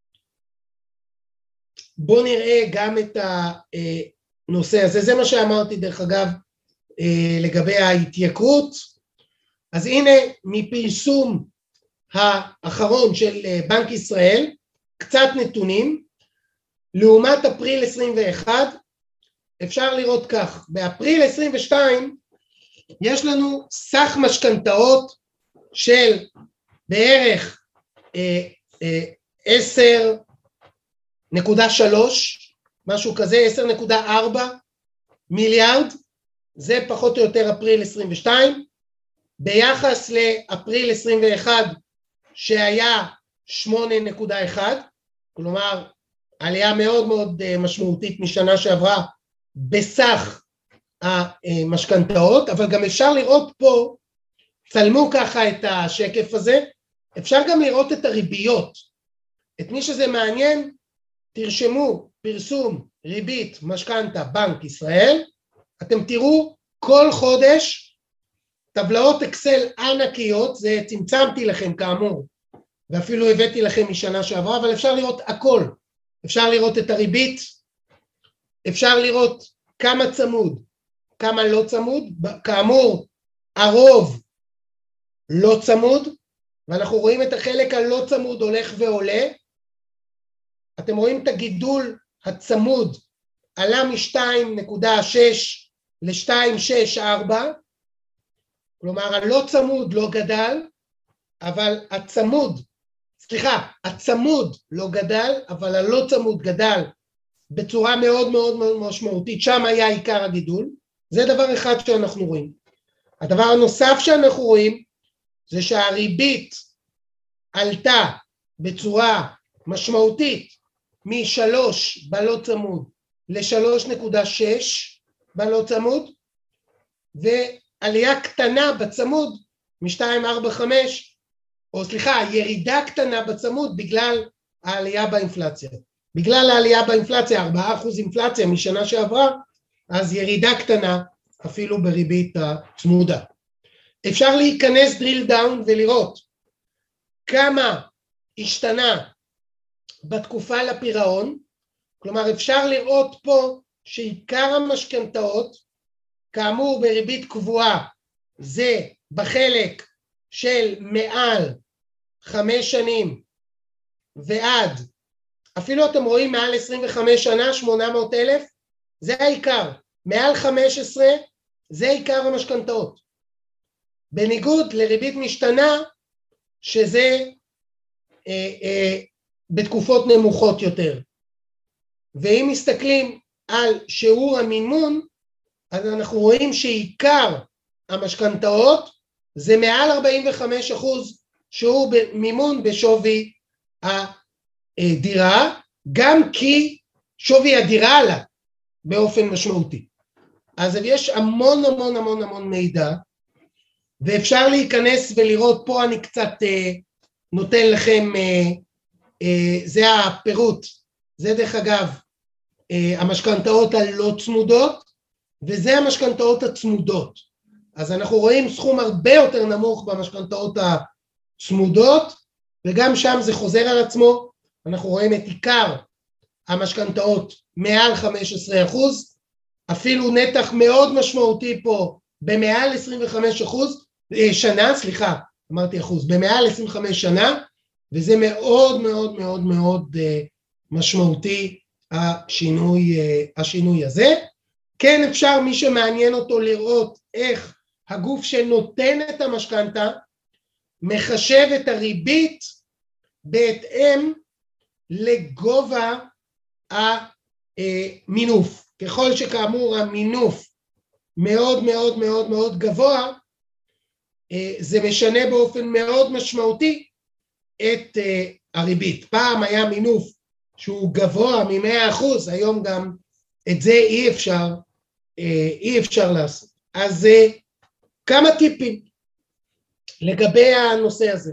S3: בואו נראה גם את הנושא הזה. זה מה שאמרתי דרך אגב לגבי ההתייקרות. אז הנה מפרסום האחרון של בנק ישראל, קצת נתונים, לעומת אפריל עשרים ואחת, אפשר לראות כך, באפריל עשרים ושתיים יש לנו סך משכנתאות של בערך אה, אה, עשר נקודה שלוש, משהו כזה, עשר נקודה ארבע מיליארד, זה פחות או יותר אפריל עשרים ושתיים, ביחס לאפריל עשרים ואחת שהיה שמונה נקודה אחת, כלומר עלייה מאוד מאוד משמעותית משנה שעברה בסך המשכנתאות, אבל גם אפשר לראות פה, צלמו ככה את השקף הזה, אפשר גם לראות את הריביות. את מי שזה מעניין, תרשמו פרסום ריבית משכנתה בנק ישראל, אתם תראו כל חודש טבלאות אקסל ענקיות, זה צמצמתי לכם כאמור, ואפילו הבאתי לכם משנה שעברה, אבל אפשר לראות הכל. אפשר לראות את הריבית, אפשר לראות כמה צמוד, כמה לא צמוד, כאמור הרוב לא צמוד, ואנחנו רואים את החלק הלא צמוד הולך ועולה. אתם רואים את הגידול הצמוד עלה מ-שתיים נקודה שש ל-שתיים נקודה שש ארבע, כלומר הלא צמוד לא גדל, אבל הצמוד, סליחה, הצמוד לא גדל, אבל הלא צמוד גדל בצורה מאוד מאוד מאוד משמעותית, שם היה עיקר הגידול. זה דבר אחד שאנחנו רואים. הדבר הנוסף שאנחנו רואים, זה שהריבית עלתה בצורה משמעותית, מ-שלוש בלא צמוד ל-שלוש נקודה שש בלא צמוד, ועלייה קטנה בצמוד, מ-שתיים נקודה ארבע חמש, או סליחה, ירידה קטנה בצמוד בגלל העלייה באינפלציה. בגלל העלייה באינפלציה, ארבעה אחוז אינפלציה משנה שעברה, אז ירידה קטנה אפילו בריבית הצמודה. אפשר להיכנס drill down ולראות כמה השתנה בתקופה לפירעון, כלומר אפשר לראות פה שעיקר המשכנתאות, כאמור בריבית קבועה, זה בחלק של מעל חמש שנים ועד, אפילו אתם רואים מעל עשרים וחמש שנה, שמונה מאות אלף, זה העיקר, מעל חמש עשרה זה עיקר המשכנתאות. בניגוד לריבית משתנה, שזה אה, אה, בתקופות נמוכות יותר. ואם מסתכלים על שיעור המימון, אז אנחנו רואים שעיקר המשכנתאות זה מעל ארבעים וחמישה אחוז שהוא מימון בשווי הדירה, גם כי שווי הדירה עלה באופן משמעותי. אז יש המון המון המון המון מידע, ואפשר להיכנס ולראות, פה אני קצת אה, נותן לכם, אה, אה, זה הפירוט, זה דרך אגב, אה, המשכנתאות הלא צמודות, וזה המשכנתאות הצמודות. אז אנחנו רואים סכום הרבה יותר נמוך במשכנתאות הצמודות, וגם שם זה חוזר על עצמו, אנחנו רואים את עיקר המשכנתאות מעל חמישה עשר אחוז, אפילו נתח מאוד משמעותי פה במעל עשרים וחמישה אחוז, שנה, סליחה, אמרתי אחוז, במעל עשרים וחמש שנה, וזה מאוד מאוד מאוד מאוד משמעותי השינוי, השינוי הזה. כן אפשר, מי שמעניין אותו לראות איך הגוף שנותן את המשכנתה, מחשב את הריבית בהתאם לגובה המינוף. ככל שכאמור המינוף מאוד מאוד מאוד מאוד גבוה, זה משנה באופן מאוד משמעותי את הריבית. פעם היה מינוף שהוא גבוה מ-מאה אחוז, היום גם את זה אי אפשר, אי אפשר לעשות. אז כמה טיפים לגבי הנושא הזה.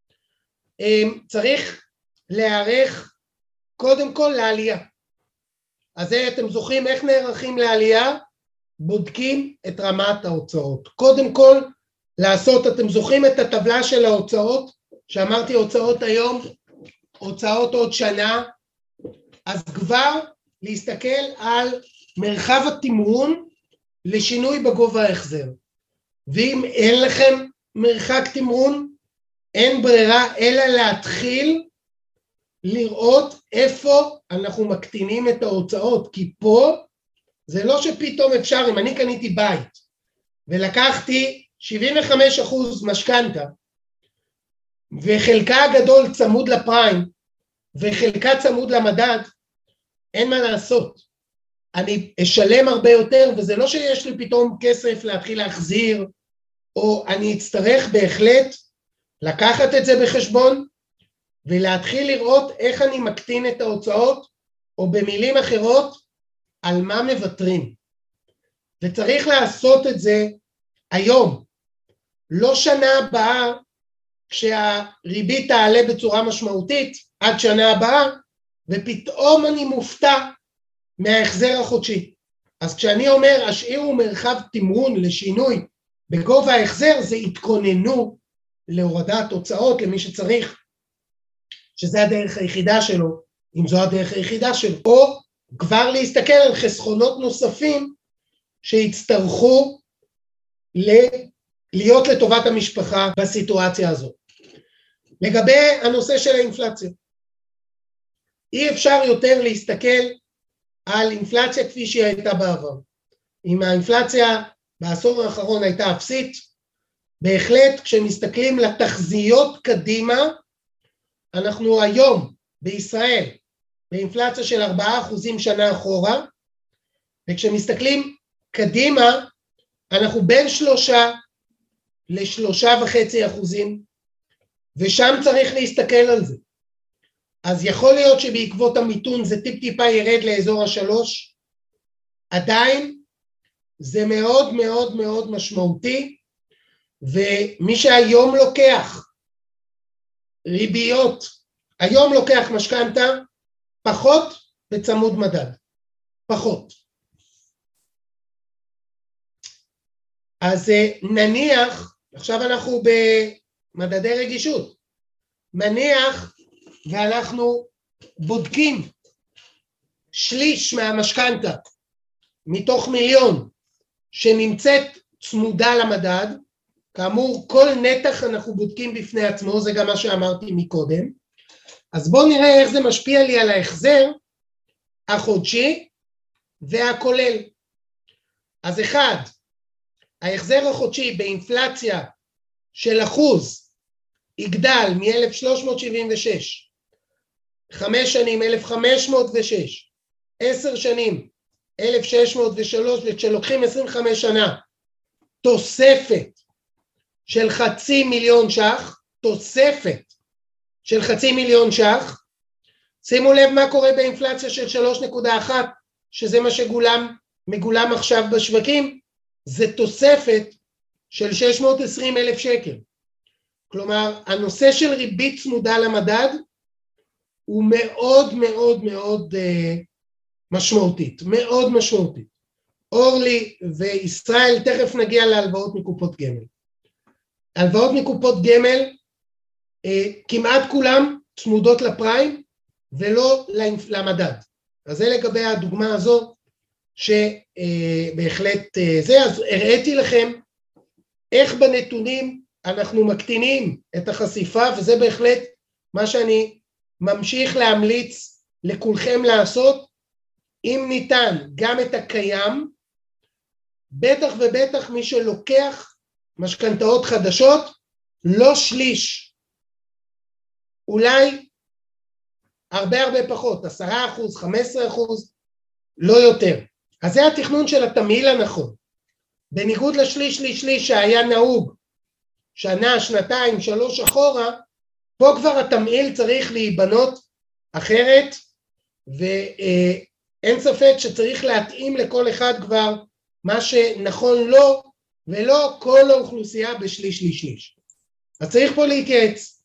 S3: צריך להיערך קודם כל לעלייה. אז אתם זוכרים איך נערכים לעלייה? בודקים את רמת ההוצאות. קודם כל לעשות, אתם זוכרים את הטבלה של ההוצאות, שאמרתי הוצאות היום, הוצאות עוד שנה, אז כבר להסתכל על מרחב התמרון לשינוי בגובה ההחזר. ואם אין לכם מרחק תמרון, אין ברירה אלא להתחיל לראות איפה אנחנו מקטינים את ההוצאות, כי פה זה לא שפתאום אפשר, אם אני קניתי בית ולקחתי שבעים וחמישה אחוז משכנתה, וחלקה הגדול צמוד לפריים, וחלקה צמוד למדד, אין מה לעשות. אני אשלם הרבה יותר, וזה לא שיש לי פתאום כסף להתחיל להחזיר, או אני אצטרך בהחלט לקחת את זה בחשבון, ולהתחיל לראות איך אני מקטין את ההוצאות, או במילים אחרות, על מה מבטרים. וצריך לעשות את זה היום, לא שנה הבאה, כשהריבית תעלה בצורה משמעותית, עד שנה הבאה, ופתאום אני מופתע מההחזר החודשי. אז כשאני אומר, השאירו מרחב תמרון לשינוי בגובה ההחזר, זה התכוננו להורדת הוצאות למי שצריך, שזה הדרך היחידה שלו, אם זו הדרך היחידה שלו, או כבר להסתכל על חסכונות נוספים שיצטרכו להיות לטובת המשפחה בסיטואציה הזאת. לגבי הנושא של האינפלציה, אי אפשר יותר להסתכל על אינפלציה כפי שהיא הייתה בעבר. אם האינפלציה בעשור האחרון הייתה אפסית, בהחלט כשמסתכלים לתחזיות קדימה, אנחנו היום בישראל באינפלציה של ארבעה אחוזים שנה אחורה, וכשמסתכלים קדימה, אנחנו בין שלושה לשלושה וחצי אחוזים, ושם צריך להסתכל על זה. אז יכול להיות שבעקבות המיתון זה טיפ טיפה ירד לאזור השלוש, עדיין זה מאוד מאוד מאוד משמעותי, ומי שהיום לוקח ריביות, היום לוקח משכנתה, פחות בצמוד מדד, פחות. אז נניח, עכשיו אנחנו במדדי רגישות, נניח ואנחנו בודקים שליש מהמשכנתה מתוך מיליון שנמצאת צמודה למדד, כאמור כל נתח אנחנו בודקים בפני עצמו, זה גם מה שאמרתי מקודם, אז בואו נראה איך זה משפיע לי על ההחזר החודשי והכולל. אז אחד, ההחזר החודשי באינפלציה של אחוז יגדל מ-אלף שלוש מאות שבעים ושש, חמש שנים אלף חמש מאות ושש, עשר שנים אלף שש מאות ושלוש, וכשלוקחים עשרים וחמש שנה, תוספת של חצי מיליון שח, תוספת של חצי מיליון ש"ח. שימו לב מה קורה באינפלציה של שלוש נקודה אחת, שזה מה שגולם, מגולם עכשיו בשווקים, זה תוספת של שש מאות ועשרים אלף שקל. כלומר, הנושא של ריבית צמודה למדד הוא מאוד מאוד מאוד uh, משמעותית, מאוד משמעותית. אורלי וישראל, תכף נגיע להלוואות מקופות גמל. הלוואות מקופות גמל, uh, כמעט כולם צמודות לפריים ולא למדד. אז זה לגבי הדוגמה הזו, שבהחלט uh, זה, אז הראיתי לכם איך בנתונים אנחנו מקטינים את החשיפה, וזה בהחלט מה שאני ממשיך להמליץ לכולכם לעשות, אם ניתן גם את הקיים, בטח ובטח מי שלוקח משכנתאות חדשות, לא שליש, אולי הרבה הרבה פחות, עשרה אחוז, חמש עשרה אחוז, לא יותר. אז זה התכנון של התמהיל הנכון. בניגוד לשליש, שליש, שליש שהיה נהוג, שנה, שנתיים, שלוש אחורה, פה כבר התמהיל צריך להיבנות אחרת, ואין ספק שצריך להתאים לכל אחד כבר מה שנכון לו, ולא כל האוכלוסייה בשליש, שליש, שליש. אז צריך פה להתייעץ.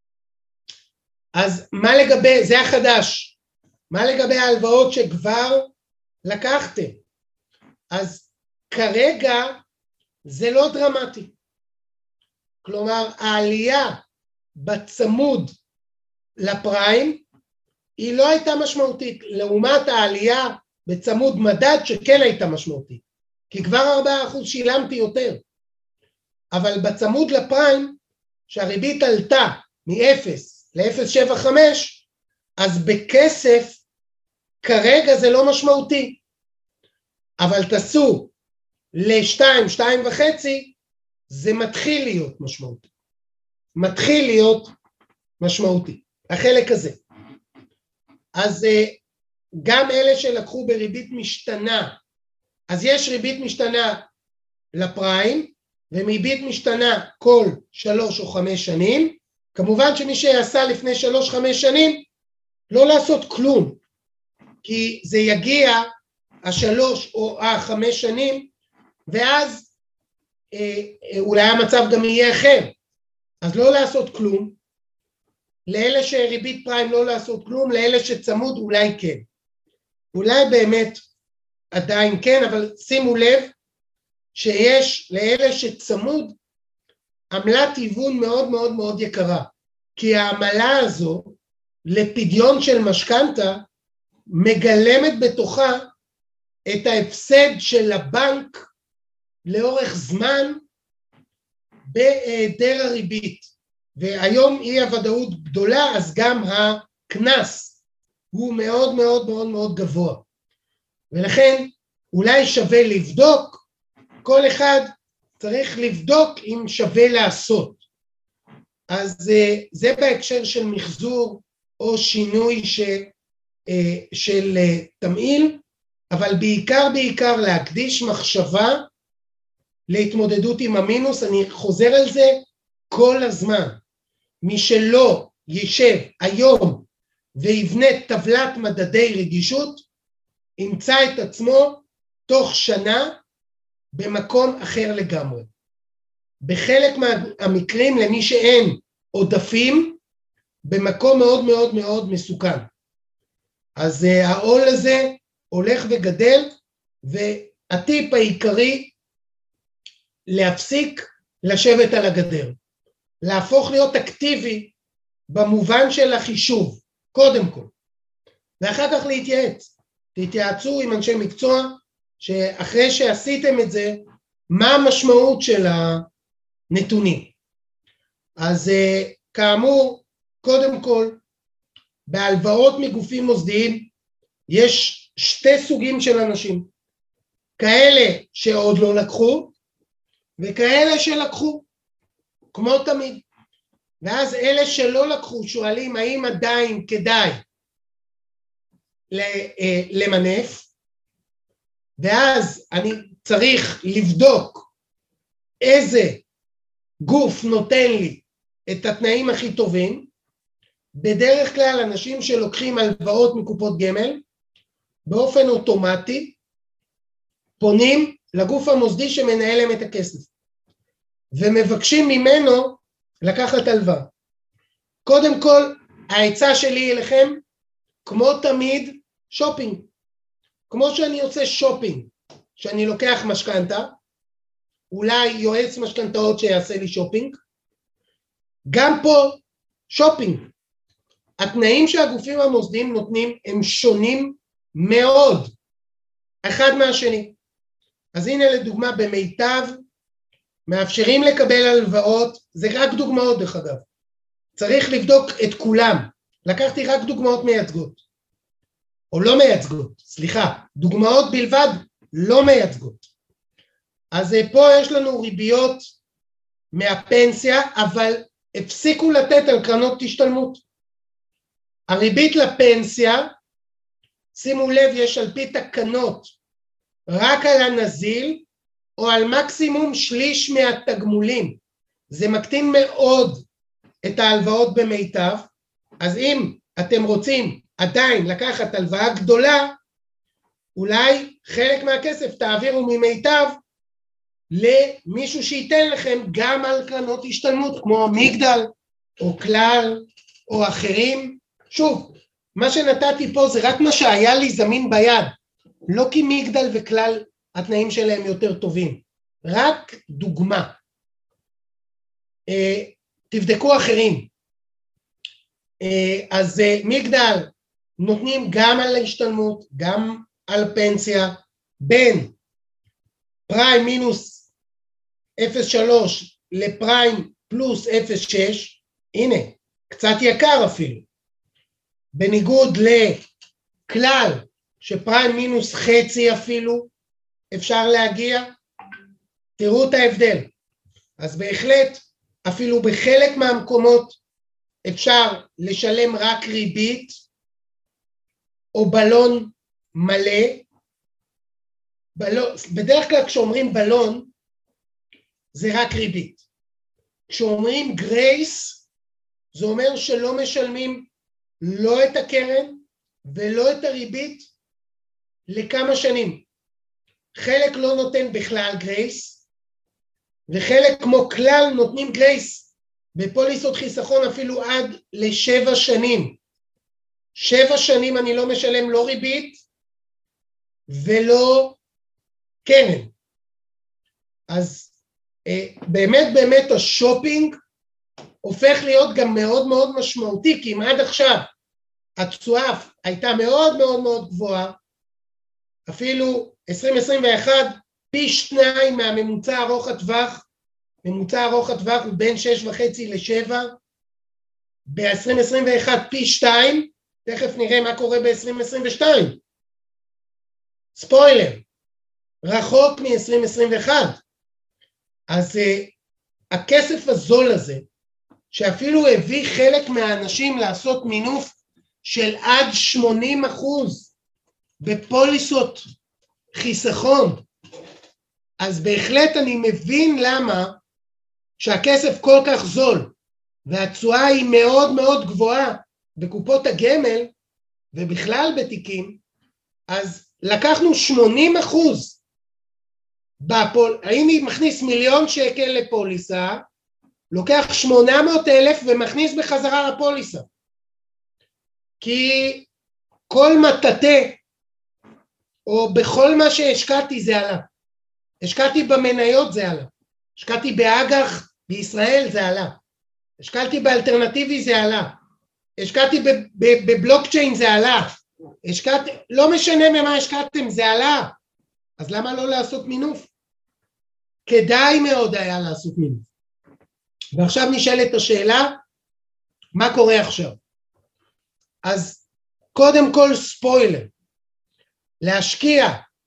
S3: אז מה לגבי, זה החדש, מה לגבי ההלוואות שכבר לקחתם? אז כרגע זה לא דרמטי. כלומר, העלייה בצמוד לפריים היא לא הייתה משמעותית, לעומת העלייה בצמוד מדד שכן הייתה משמעותית, כי כבר ארבעה אחוז שילמתי יותר. אבל בצמוד לפריים, שהריבית עלתה מ-אפס ל-אפס נקודה שבע חמש, אז בכסף כרגע זה לא משמעותי. אבל תעשו ל-שתיים, שתיים וחצי, זה מתחיל להיות משמעותי. מתחיל להיות משמעותי, החלק הזה. אז גם אלה שלקחו בריבית משתנה, אז יש ריבית משתנה לפריים, וריבית משתנה כל שלוש או חמש שנים, כמובן שמי שעשה לפני שלוש, חמש שנים, לא לעשות כלום, כי זה יגיע השלוש או החמש שנים, ואז אה, אולי המצב גם יהיה אחר, אז לא לעשות כלום, לאלה שריבית פריים לא לעשות כלום, לאלה שצמוד אולי כן, אולי באמת עדיין כן, אבל שימו לב שיש לאלה שצמוד עמלת היוון מאוד מאוד מאוד יקרה, כי העמלה הזו לפדיון של משכנתה מגלמת בתוכה את ההפסד של הבנק לאורך זמן בהיעדר הריבית, והיום אי הוודאות גדולה, אז גם הכנס הוא מאוד מאוד מאוד מאוד גבוה, ולכן אולי שווה לבדוק, כל אחד צריך לבדוק אם שווה לעשות. אז זה בהקשר של מחזור או שינוי של, של תמהיל, אבל בעיקר בעיקר להקדיש מחשבה להתמודדות עם המינוס. אני חוזר על זה כל הזמן. מי שלא יישב היום ויבנה טבלת מדדי רגישות, ימצא את עצמו תוך שנה במקום אחר לגמרי. בחלק מהמקרים למי שאין עודפים, במקום מאוד מאוד מאוד מסוכן. אז uh, העול הזה הולך וגדל, והטיפ העיקרי להפסיק לשבת על הגדר. להפוך להיות אקטיבי במובן של החישוב, קודם כל. ואחר כך להתייעץ. תתייעצו עם אנשי מקצוע, שאחרי שעשיתם את זה, מה המשמעות של הנתונים. אז כאמור, קודם כל, בהלוואות מגופים מוסדיים, יש שתי סוגים של אנשים, כאלה שעוד לא לקחו, וכאלה שלקחו, כמו תמיד. ואז אלה שלא לקחו שואלים האם עדיין כדאי למנף, ואז אני צריך לבדוק איזה גוף נותן לי את התנאים הכי טובים. בדרך כלל אנשים שלוקחים הלוואות מקופות גמל, באופן אוטומטי, פונים לגוף המוסדי שמנהל להם את הכסף, ומבקשים ממנו לקחת הלוואה. קודם כל, העצה שלי אליכם, כמו תמיד, שופינג. כמו שאני עושה שופינג, שאני לוקח משכנתה, אולי יועץ משכנתאות שיעשה לי שופינג, גם פה שופינג. התנאים שהגופים המוסדיים נותנים הם שונים מאוד, אחד מהשני. אז הנה לדוגמה במיטב, מאפשרים לקבל הלוואות, זה רק דוגמאות דרך אגב, צריך לבדוק את כולם, לקחתי רק דוגמאות מייצגות, או לא מייצגות, סליחה, דוגמאות בלבד לא מייצגות. אז פה יש לנו ריביות מהפנסיה, אבל הפסיקו לתת על קרנות השתלמות. הריבית לפנסיה, שימו לב, יש על פי תקנות, רק על הנזיל, או על מקסימום שליש מהתגמולים. זה מקטין מאוד את ההלוואות במיטב, אז אם אתם רוצים עדיין לקחת הלוואה גדולה, אולי חלק מהכסף תעבירו ממיטב למישהו שייתן לכם גם על קרנות השתלמות, כמו מגדל או כלל או אחרים. שוב, מה שנתתי פה זה רק מה שהיה לי זמין ביד, לא כי מגדל וכלל התנאים שלהם יותר טובים, רק דוגמה. אה, תבדקו אחרים. אה, אז אה, מגדל נותנים גם על ההשתלמות, גם על פנסיה, בין פריים מינוס אפס נקודה שלוש לפריים פלוס אפס נקודה שש, הנה, קצת יקר אפילו. בניגוד לכלל, שפריים מינוס חצי אפילו, אפשר להגיע, תראו את ההבדל. אז בהחלט, אפילו בחלק מהמקומות, אפשר לשלם רק ריבית, או בלון מלא. בלון, בדרך כלל כשאומרים בלון, זה רק ריבית. כשאומרים גרייס, זה אומר שלא משלמים לא את הקרן, ולא את הריבית, לכמה שנים. חלק לא נותן בכלל גרייס, וחלק כמו כלל נותנים גרייס, בפוליסות חיסכון אפילו עד לשבע שנים. שבע שנים אני לא משלם לא ריבית, ולא קרן. אז אה, באמת באמת השופינג, הופך להיות גם מאוד מאוד משמעותי, כי אם עד עכשיו התשואה הייתה מאוד מאוד מאוד גבוהה, אפילו עשרים עשרים ואחת פי שניים מהממוצע ארוך הטווח, ממוצע ארוך הטווח הוא בין שש וחצי לשבע, ב-עשרים עשרים ואחת פי שתיים, תכף נראה מה קורה ב-עשרים עשרים ושתיים. ספוילר, רחוק מ-עשרים עשרים ואחת. אז uh, הכסף הזול הזה, שאפילו הביא חלק מהאנשים לעשות מינוף של עד שמונים אחוז בפוליסות חיסכון, אז בהחלט אני מבין למה שהכסף כל כך זול, והתשואה היא מאוד מאוד גבוהה בקופות הגמל, ובכלל בתיקים, אז לקחנו שמונים אחוז, בפול... אני מכניס מיליון שקל לפוליסה, לוקח שמונה מאות אלף ומכניס בחזרה לפוליסה, כי כל מטאטה, או בכל מה שהשקעתי זה עלה, השקעתי במניות זה עלה, השקעתי באג"ח בישראל זה עלה, השקעתי באלטרנטיבי זה עלה, השקעתי בבלוקצ'יין זה עלה, השקעתי, לא משנה ממה השקעתם זה עלה, אז למה לא לעשות מינוף? כדאי מאוד היה לעשות מינוף. ועכשיו נשאלת השאלה, מה קורה עכשיו? אז קודם כל ספוילר, להשקיע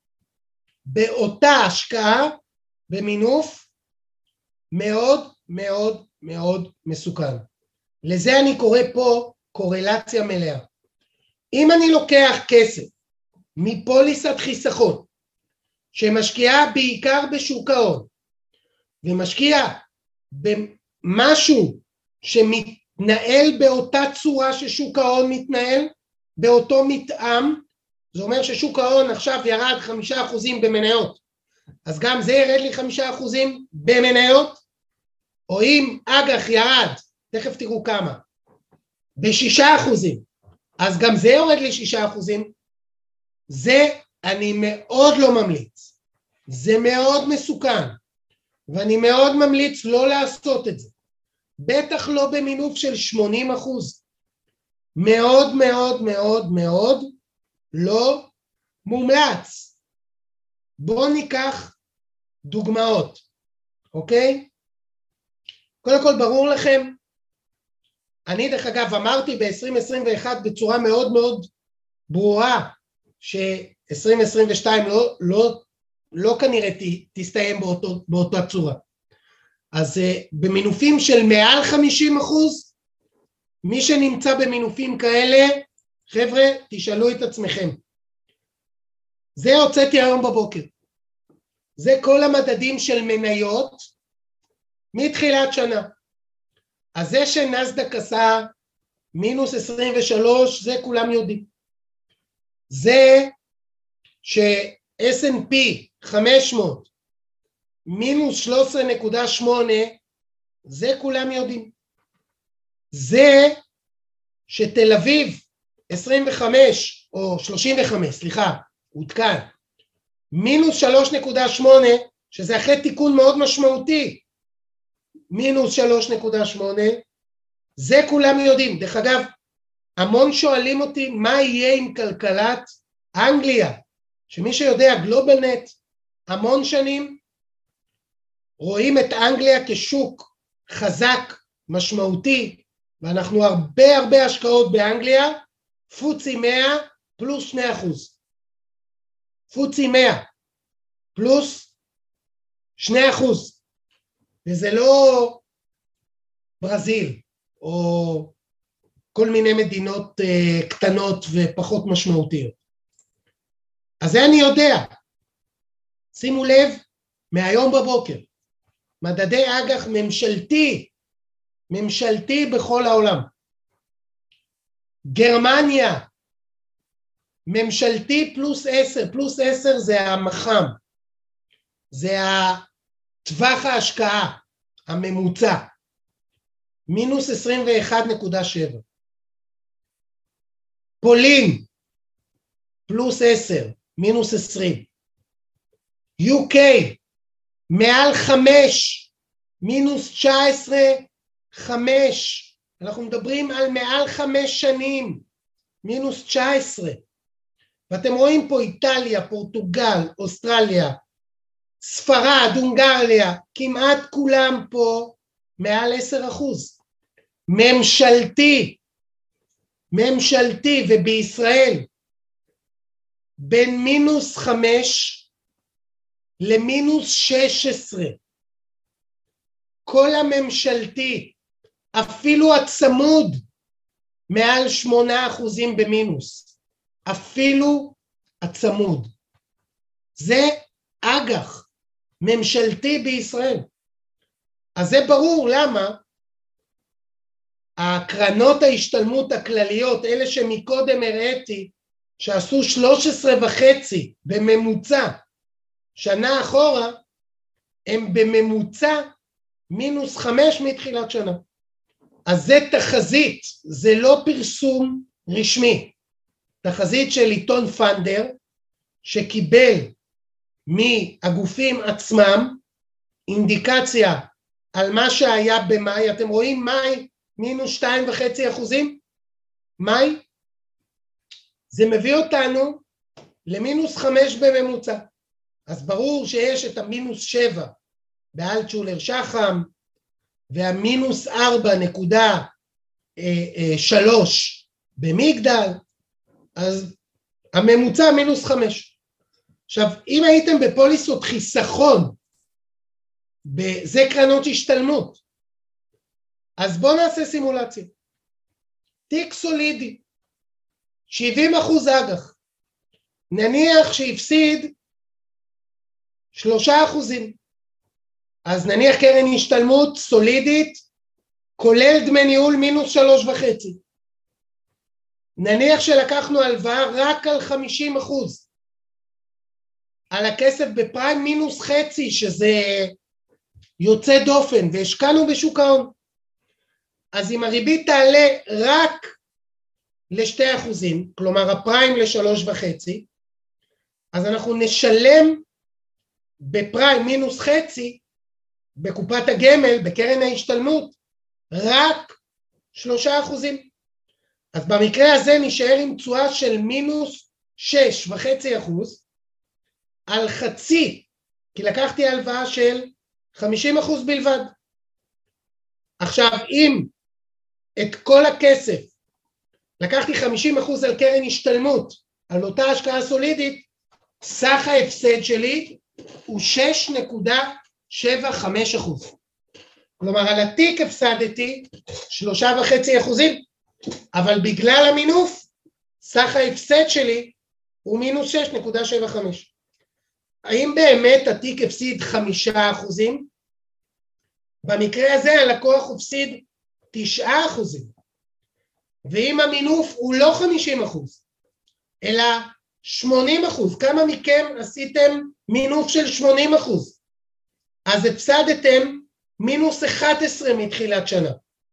S3: באותה השקעה במינוף מאוד מאוד מאוד מסוכן. לזה אני קורא פה קורלציה מלאה. אם אני לוקח כסף מפוליסת חיסכון, שמשקיעה בעיקר בשוק ההון, ומשקיע במשהו שמתנהל באותה צורה ששוק ההון מתנהל, באותו מתאם, זה אומר ששוק ההון עכשיו ירד חמישה אחוזים במניות, אז גם זה ירד לי חמישה אחוזים במניות, או אם אג"ח ירד, תכף תראו כמה, בשישה אחוזים, אז גם זה יורד לי שישה אחוזים, זה אני מאוד לא ממליץ, זה מאוד מסוכן, ואני מאוד ממליץ לא לעשות את זה, בטח לא במינוף של שמונים אחוז, מאוד מאוד מאוד מאוד לא מומלץ. בואו ניקח דוגמאות, אוקיי? קודם כל ברור לכם, אני דרך אגב אמרתי ב-עשרים עשרים ואחת בצורה מאוד מאוד ברורה, ש-עשרים עשרים ושתיים לא, לא, לא כנראה ת, תסתיים באותו, באותה צורה. אז uh, במינופים של מעל חמישים אחוז, מי שנמצא במינופים כאלה, חבר'ה, תשאלו את עצמכם. זה הוצאתי היום בבוקר. זה כל המדדים של מניות מתחילת שנה. אז זה שנסדק עשה מינוס עשרים ושלוש, זה כולם יודעים. זה ש-אס אנד פי חמש מאות מינוס שלוש עשרה נקודה שמונה, זה כולם יודעים. זה שתל אביב עשרים וחמש או שלושים וחמש, סליחה, עודכן, מינוס שלוש נקודה שמונה, שזה אחרי תיקון מאוד משמעותי, מינוס שלוש נקודה שמונה, זה כולם יודעים. דרך אגב, המון שואלים אותי מה יהיה עם כלכלת אנגליה, שמי שיודע גלובלנט המון שנים רואים את אנגליה כשוק חזק, משמעותי, ואנחנו הרבה הרבה השקעות באנגליה, פוצי מאה פלוס שני אחוז. פוצי מאה פלוס שני אחוז. וזה לא ברזיל או כל מיני מדינות uh, קטנות ופחות משמעותיות. אז זה אני יודע. שימו לב, מהיום בבוקר, מדדי אג"ח ממשלתי, ממשלתי בכל העולם. גרמניה, ממשלתי פלוס עשר, פלוס עשר זה המח"מ, זה טווח ההשקעה הממוצע, מינוס עשרים ואחת נקודה שבע. פולין, פלוס עשר, מינוס עשרים. יו קיי, מעל חמש, מינוס תשע עשרה, חמש. אנחנו מדברים על מעל חמש שנים, מינוס תשע עשרה. ואתם רואים פה איטליה, פורטוגל, אוסטרליה, ספרד, הונגריה, כמעט כולם פה מעל עשר אחוז. ממשלתי, ממשלתי, ובישראל, בין מינוס חמש למינוס שש עשרה. כל הממשלתי, אפילו הצמוד, מעל שמונה אחוזים במינוס. אפילו הצמוד. זה אג"ח ממשלתי בישראל. אז זה ברור למה הקרנות ההשתלמות הכלליות, אלה שמקודם הראיתי, שעשו שלוש עשרה וחצי בממוצע שנה אחורה, הם בממוצע מינוס חמש מתחילת שנה. אז זה תחזית, זה לא פרסום רשמי. תחזית של עיתון פנדר, שקיבל מהגופים עצמם אינדיקציה על מה שהיה במאי. אתם רואים מאי מינוס שתיים וחצי אחוזים? מאי? זה מביא אותנו למינוס חמש בממוצע. אז ברור שיש את המינוס שבע באלטשולר שחם, והמינוס ארבע נקודה שלוש במגדל, אז הממוצע מינוס חמש. עכשיו, אם הייתם בפוליסות חיסכון, זה קרנות השתלמות, אז בואו נעשה סימולציה. תיק סולידי, שבעים אחוז אג"ח, נניח שהפסיד שלושה אחוזים, אז נניח קרן השתלמות סולידית, כולל דמי ניהול מינוס שלוש וחצי. נניח שלקחנו הלוואה רק על חמישים אחוז, על הכסף בפריים מינוס חצי, שזה יוצא דופן, והשקענו בשוק ההון. אז אם הריבית תעלה רק לשתי אחוזים, כלומר הפריים לשלוש וחצי, אז אנחנו נשלם בפריים מינוס חצי, בקופת הגמל, בקרן ההשתלמות, רק שלושה אחוזים. אז במקרה הזה נשאר עם תשואה של מינוס שש וחצי אחוז, על חצי, כי לקחתי הלוואה של חמישים אחוז בלבד. עכשיו, אם את כל הכסף לקחתי חמישים אחוז על קרן השתלמות, על אותה השקעה סולידית, סך ההפסד שלי הוא שש נקודה שבע חמש אחוז. כלומר, על התיק הפסדתי שלושה וחצי אחוזים, אבל בגלל המינוף, סך ההפסד שלי הוא מינוס שש נקודה שבע חמש. האם באמת התיק הפסיד חמישה אחוזים? במקרה הזה הלקוח הפסיד תשעה אחוזים. ואם המינוף הוא לא חמישים אחוז, אלא שמונים אחוז, כמה מכם עשיתם מינוף של שמונים אחוז? אז הפסדתם מינוס אחת עשרה מתחילת שנה.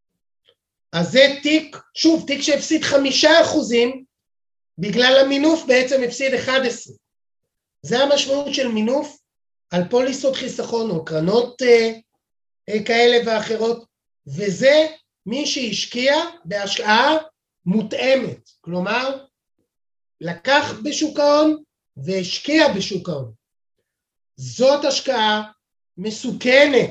S3: אז זה תיק, שוב, תיק שהפסיד חמישה אחוזים, בגלל המינוף בעצם הפסיד אחד עשר. זה המשמעות של מינוף על פוליסות חיסכון או קרנות אה, אה, כאלה ואחרות, וזה מי שהשקיע בהשקעה מותאמת, כלומר, לקח בשוק ההון והשקיע בשוק ההון. זאת השקעה מסוכנת.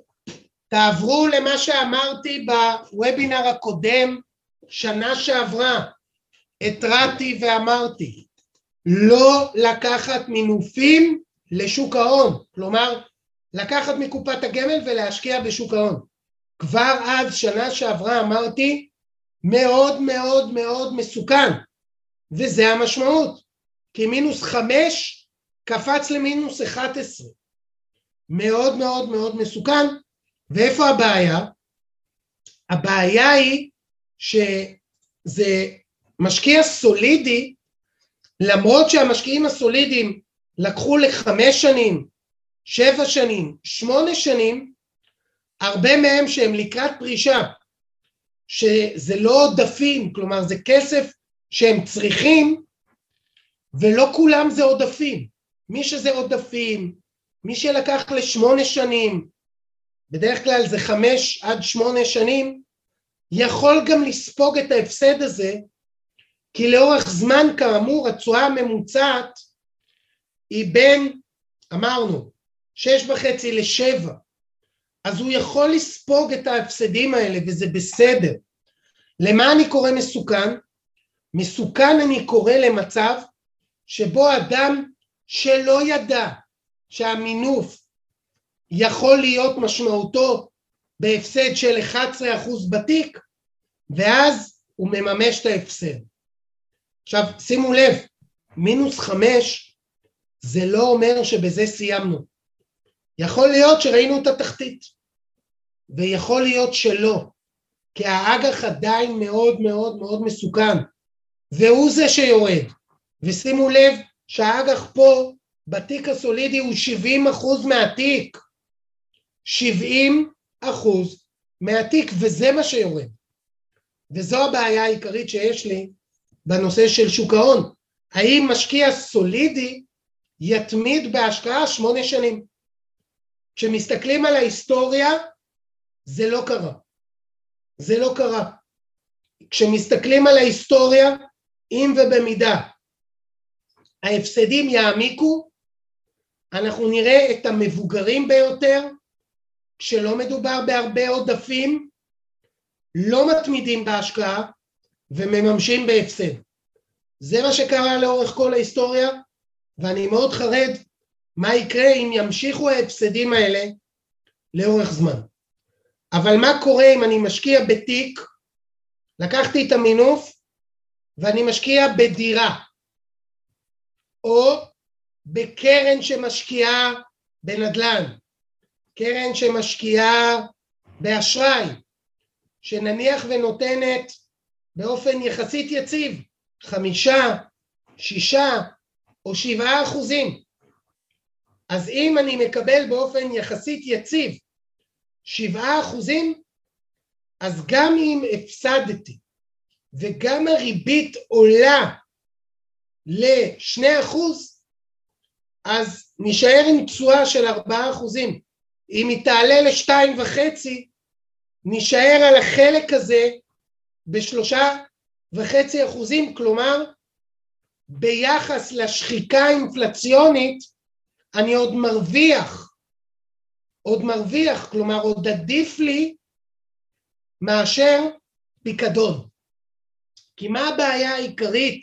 S3: תעברו למה שאמרתי בוובינר הקודם, שנה שעברה, התרעתי ואמרתי, לא לקחת מינופים לשוק ההון, כלומר, לקחת מקופת הגמל ולהשקיע בשוק ההון. כבר אז שנה שעברה אמרתי, מאוד מאוד מאוד מסוכן, וזה המשמעות, כי מינוס חמש קפץ למינוס אחת עשרה, מאוד מאוד מאוד מסוכן. ואיפה הבעיה? הבעיה היא שזה משקיע סולידי, למרות שהמשקיעים הסולידיים לקחו לחמש שנים, שבע שנים, שמונה שנים, הרבה מהם שהם לקראת פרישה, שזה לא עודפים, כלומר זה כסף שהם צריכים, ולא כולם זה עודפים. מי שזה עודפים, מי שלקח לשמונה שנים, בדרך כלל זה חמש עד שמונה שנים, יכול גם לספוג את ההפסד הזה, כי לאורך זמן כאמור התשואה הממוצעת היא בין, אמרנו, שש וחצי לשבע, אז הוא יכול לספוג את ההפסדים האלה וזה בסדר. למה אני קורא מסוכן? מסוכן אני קורא למצב שבו אדם שלא ידע שהמינוף יכול להיות משמעותו בהפסד של אחד עשר אחוז בתיק, ואז הוא מממש את ההפסד. עכשיו שימו לב, מינוס חמש זה לא אומר שבזה סיימנו. יכול להיות שראינו את התחתית, ויכול להיות שלא, כי האג"ח עדיין מאוד מאוד מאוד מסוכן, והוא זה שיורד. ושימו לב שהאג"ח פה בתיק הסולידי הוא שבעים אחוז מהתיק, שבעים אחוז מהתיק, וזה מה שיורד. וזו הבעיה העיקרית שיש לי בנושא של שוק ההון. האם משקיע סולידי יתמיד בהשקעה שמונה שנים? כשמסתכלים על ההיסטוריה, זה לא קרה. זה לא קרה. כשמסתכלים על ההיסטוריה, אם ובמידה ההפסדים יעמיקו, אנחנו נראה את המבוגרים ביותר, כשלא מדובר בהרבה עודפים, לא מתמידים בהשקעה ומממשים בהפסד. זה מה שקרה לאורך כל ההיסטוריה, ואני מאוד חרד מה יקרה אם ימשיכו ההפסדים האלה לאורך זמן. אבל מה קורה אם אני משקיע בתיק, לקחתי את המינוף ואני משקיע בדירה, או בקרן שמשקיעה בנדל"ן, קרן שמשקיעה באשראי, שנניח ונותנת באופן יחסית יציב, חמישה, שישה או שבעה אחוזים. אז אם אני מקבל באופן יחסית יציב שבעה אחוזים, אז גם אם הפסדתי וגם הריבית עולה לשני אחוז, אז נשאר עם תשואה של ארבעה אחוזים. אם היא תעלה לשתיים וחצי, נשאר על החלק הזה בשלושה וחצי אחוזים, כלומר, ביחס לשחיקה האינפלציונית, אני עוד מרוויח, עוד מרוויח, כלומר, עוד עדיף לי מאשר פיקדון. כי מה הבעיה העיקרית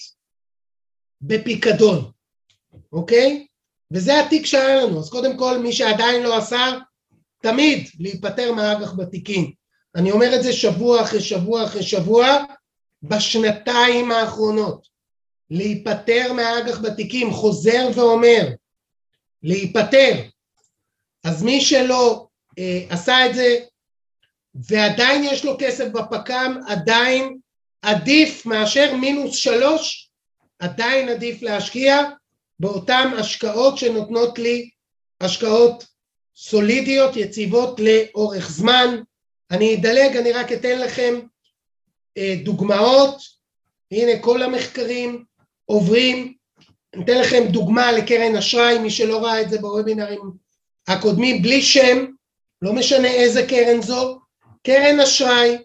S3: בפיקדון? אוקיי? וזה התיק שהיה לנו. אז קודם כל, מי שעדיין לא עשה, תמיד להיפטר מהאג"ח בתיקים. אני אומר את זה שבוע אחרי שבוע אחרי שבוע, בשנתיים האחרונות. להיפטר מהאג"ח בתיקים, חוזר ואומר, להיפטר. אז מי שלא אה, עשה את זה, ועדיין יש לו כסף בפקם, עדיין עדיף מאשר מינוס שלוש, עדיין עדיף להשקיע באותן השקעות שנותנות לי השקעות סולידיות, יציבות לאורך זמן. אני אדלג, אני רק אתן לכם אה, דוגמאות. הנה כל המחקרים עוברים. אני אתן לכם דוגמה לקרן אשראי, מי שלא ראה את זה בוובינרים הקודמים, בלי שם, לא משנה איזה קרן זו, קרן אשראי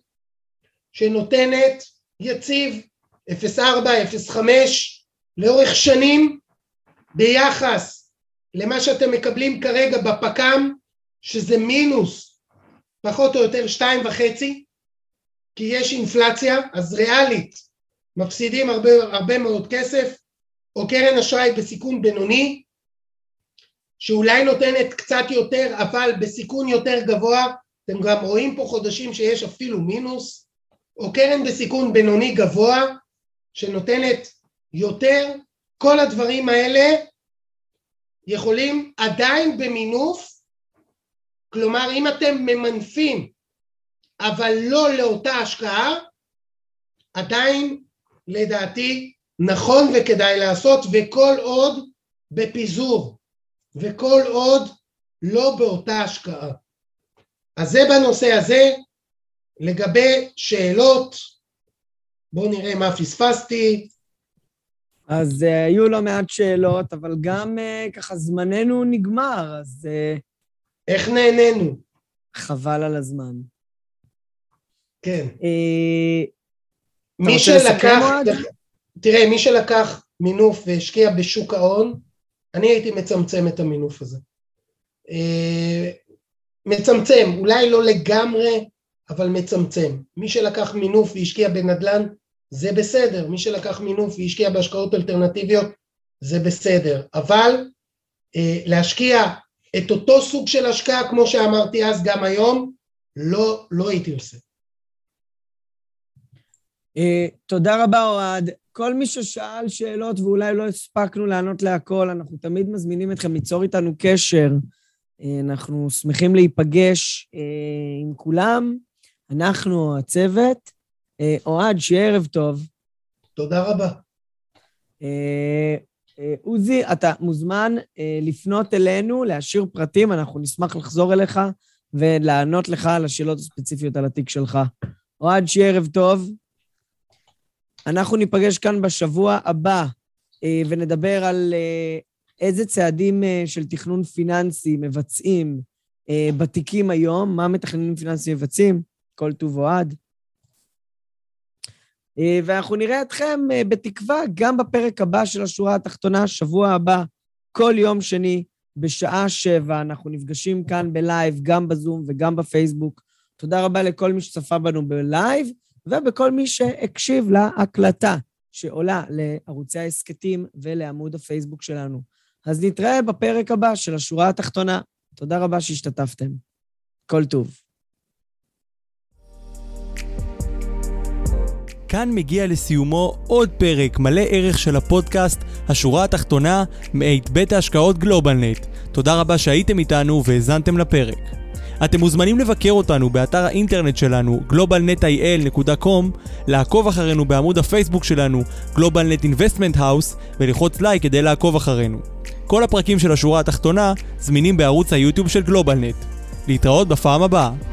S3: שנותנת יציב אפס נקודה ארבע, אפס נקודה חמש לאורך שנים, ביחס למה שאתם מקבלים כרגע בפקם, שזה מינוס פחות או יותר שתיים וחצי, כי יש אינפלציה, אז ריאלית מפסידים הרבה, הרבה מאוד כסף, או קרן אשראי בסיכון בינוני, שאולי נותנת קצת יותר, אבל בסיכון יותר גבוה, אתם גם רואים פה חודשים שיש אפילו מינוס, או קרן בסיכון בינוני גבוה, שנותנת יותר. כל הדברים האלה יכולים עדיין במינוף, כלומר אם אתם ממנפים, אבל לא לאותה השקעה, עדיין לדעתי נכון וכדאי לעשות, וכל עוד בפיזור, וכל עוד לא באותה השקעה. אז זה בנושא הזה. לגבי שאלות, בואו נראה מה פספסתי.
S2: אז uh, היו לא מעט שאלות, אבל גם uh, ככה זמננו נגמר, אז... Uh,
S3: איך נהנינו?
S2: חבל על הזמן.
S3: כן.
S2: Uh,
S3: מי שלקח, תראה, מי שלקח מינוף והשקיע בשוק ההון, אני הייתי מצמצם את המינוף הזה. Uh, מצמצם, אולי לא לגמרי, אבל מצמצם. מי שלקח מינוף והשקיע בנדלן, זה בסדר. מי שלקח מינוף והשקיע בהשקעות אלטרנטיביות, זה בסדר. אבל אה, להשקיע את אותו סוג של השקעה, כמו שאמרתי אז גם היום, לא, לא הייתי עושה.
S2: אה, תודה רבה אוהד. כל מי ששאל שאלות ואולי לא הספקנו לענות להכל, אנחנו תמיד מזמינים אתכם ליצור איתנו קשר. אה, אנחנו שמחים להיפגש אה, עם כולם. אנחנו הצוות. אוהד, שיהיה ערב טוב.
S3: תודה רבה.
S2: עוזי, אתה מוזמן לפנות אלינו, להשאיר פרטים, אנחנו נשמח לחזור אליך ולענות לך על השאלות הספציפיות על התיק שלך. אוהד, שיהיה ערב טוב. אנחנו ניפגש כאן בשבוע הבא ונדבר על איזה צעדים של תכנון פיננסי מבצעים בתיקים היום, מה מתכננים פיננסיים מבצעים, כל טוב אוהד. ואנחנו נראה אתכם בתקווה גם בפרק הבא של השורה התחתונה, שבוע הבא, כל יום שני, בשעה שבע, אנחנו נפגשים כאן בלייב, גם בזום וגם בפייסבוק. תודה רבה לכל מי שצפה בנו בלייב, ובכל מי שהקשיב להקלטה, שעולה לערוצי העסקתים ולעמוד הפייסבוק שלנו. אז נתראה בפרק הבא של השורה התחתונה. תודה רבה שהשתתפתם. כל טוב.
S1: כאן מגיע לסיומו עוד פרק מלא ערך של הפודקאסט השורה התחתונה מאת בית ההשקעות גלובלנט. תודה רבה שהייתם איתנו והזנתם לפרק. אתם מוזמנים לבקר אותנו באתר האינטרנט שלנו גלובל נט איי אל נקודה קום, לעקוב אחרינו בעמוד הפייסבוק שלנו GlobalNet Investment House ולחוץ לייק כדי לעקוב אחרינו. כל הפרקים של השורה התחתונה זמינים בערוץ היוטיוב של גלובלנט. להתראות בפעם הבאה.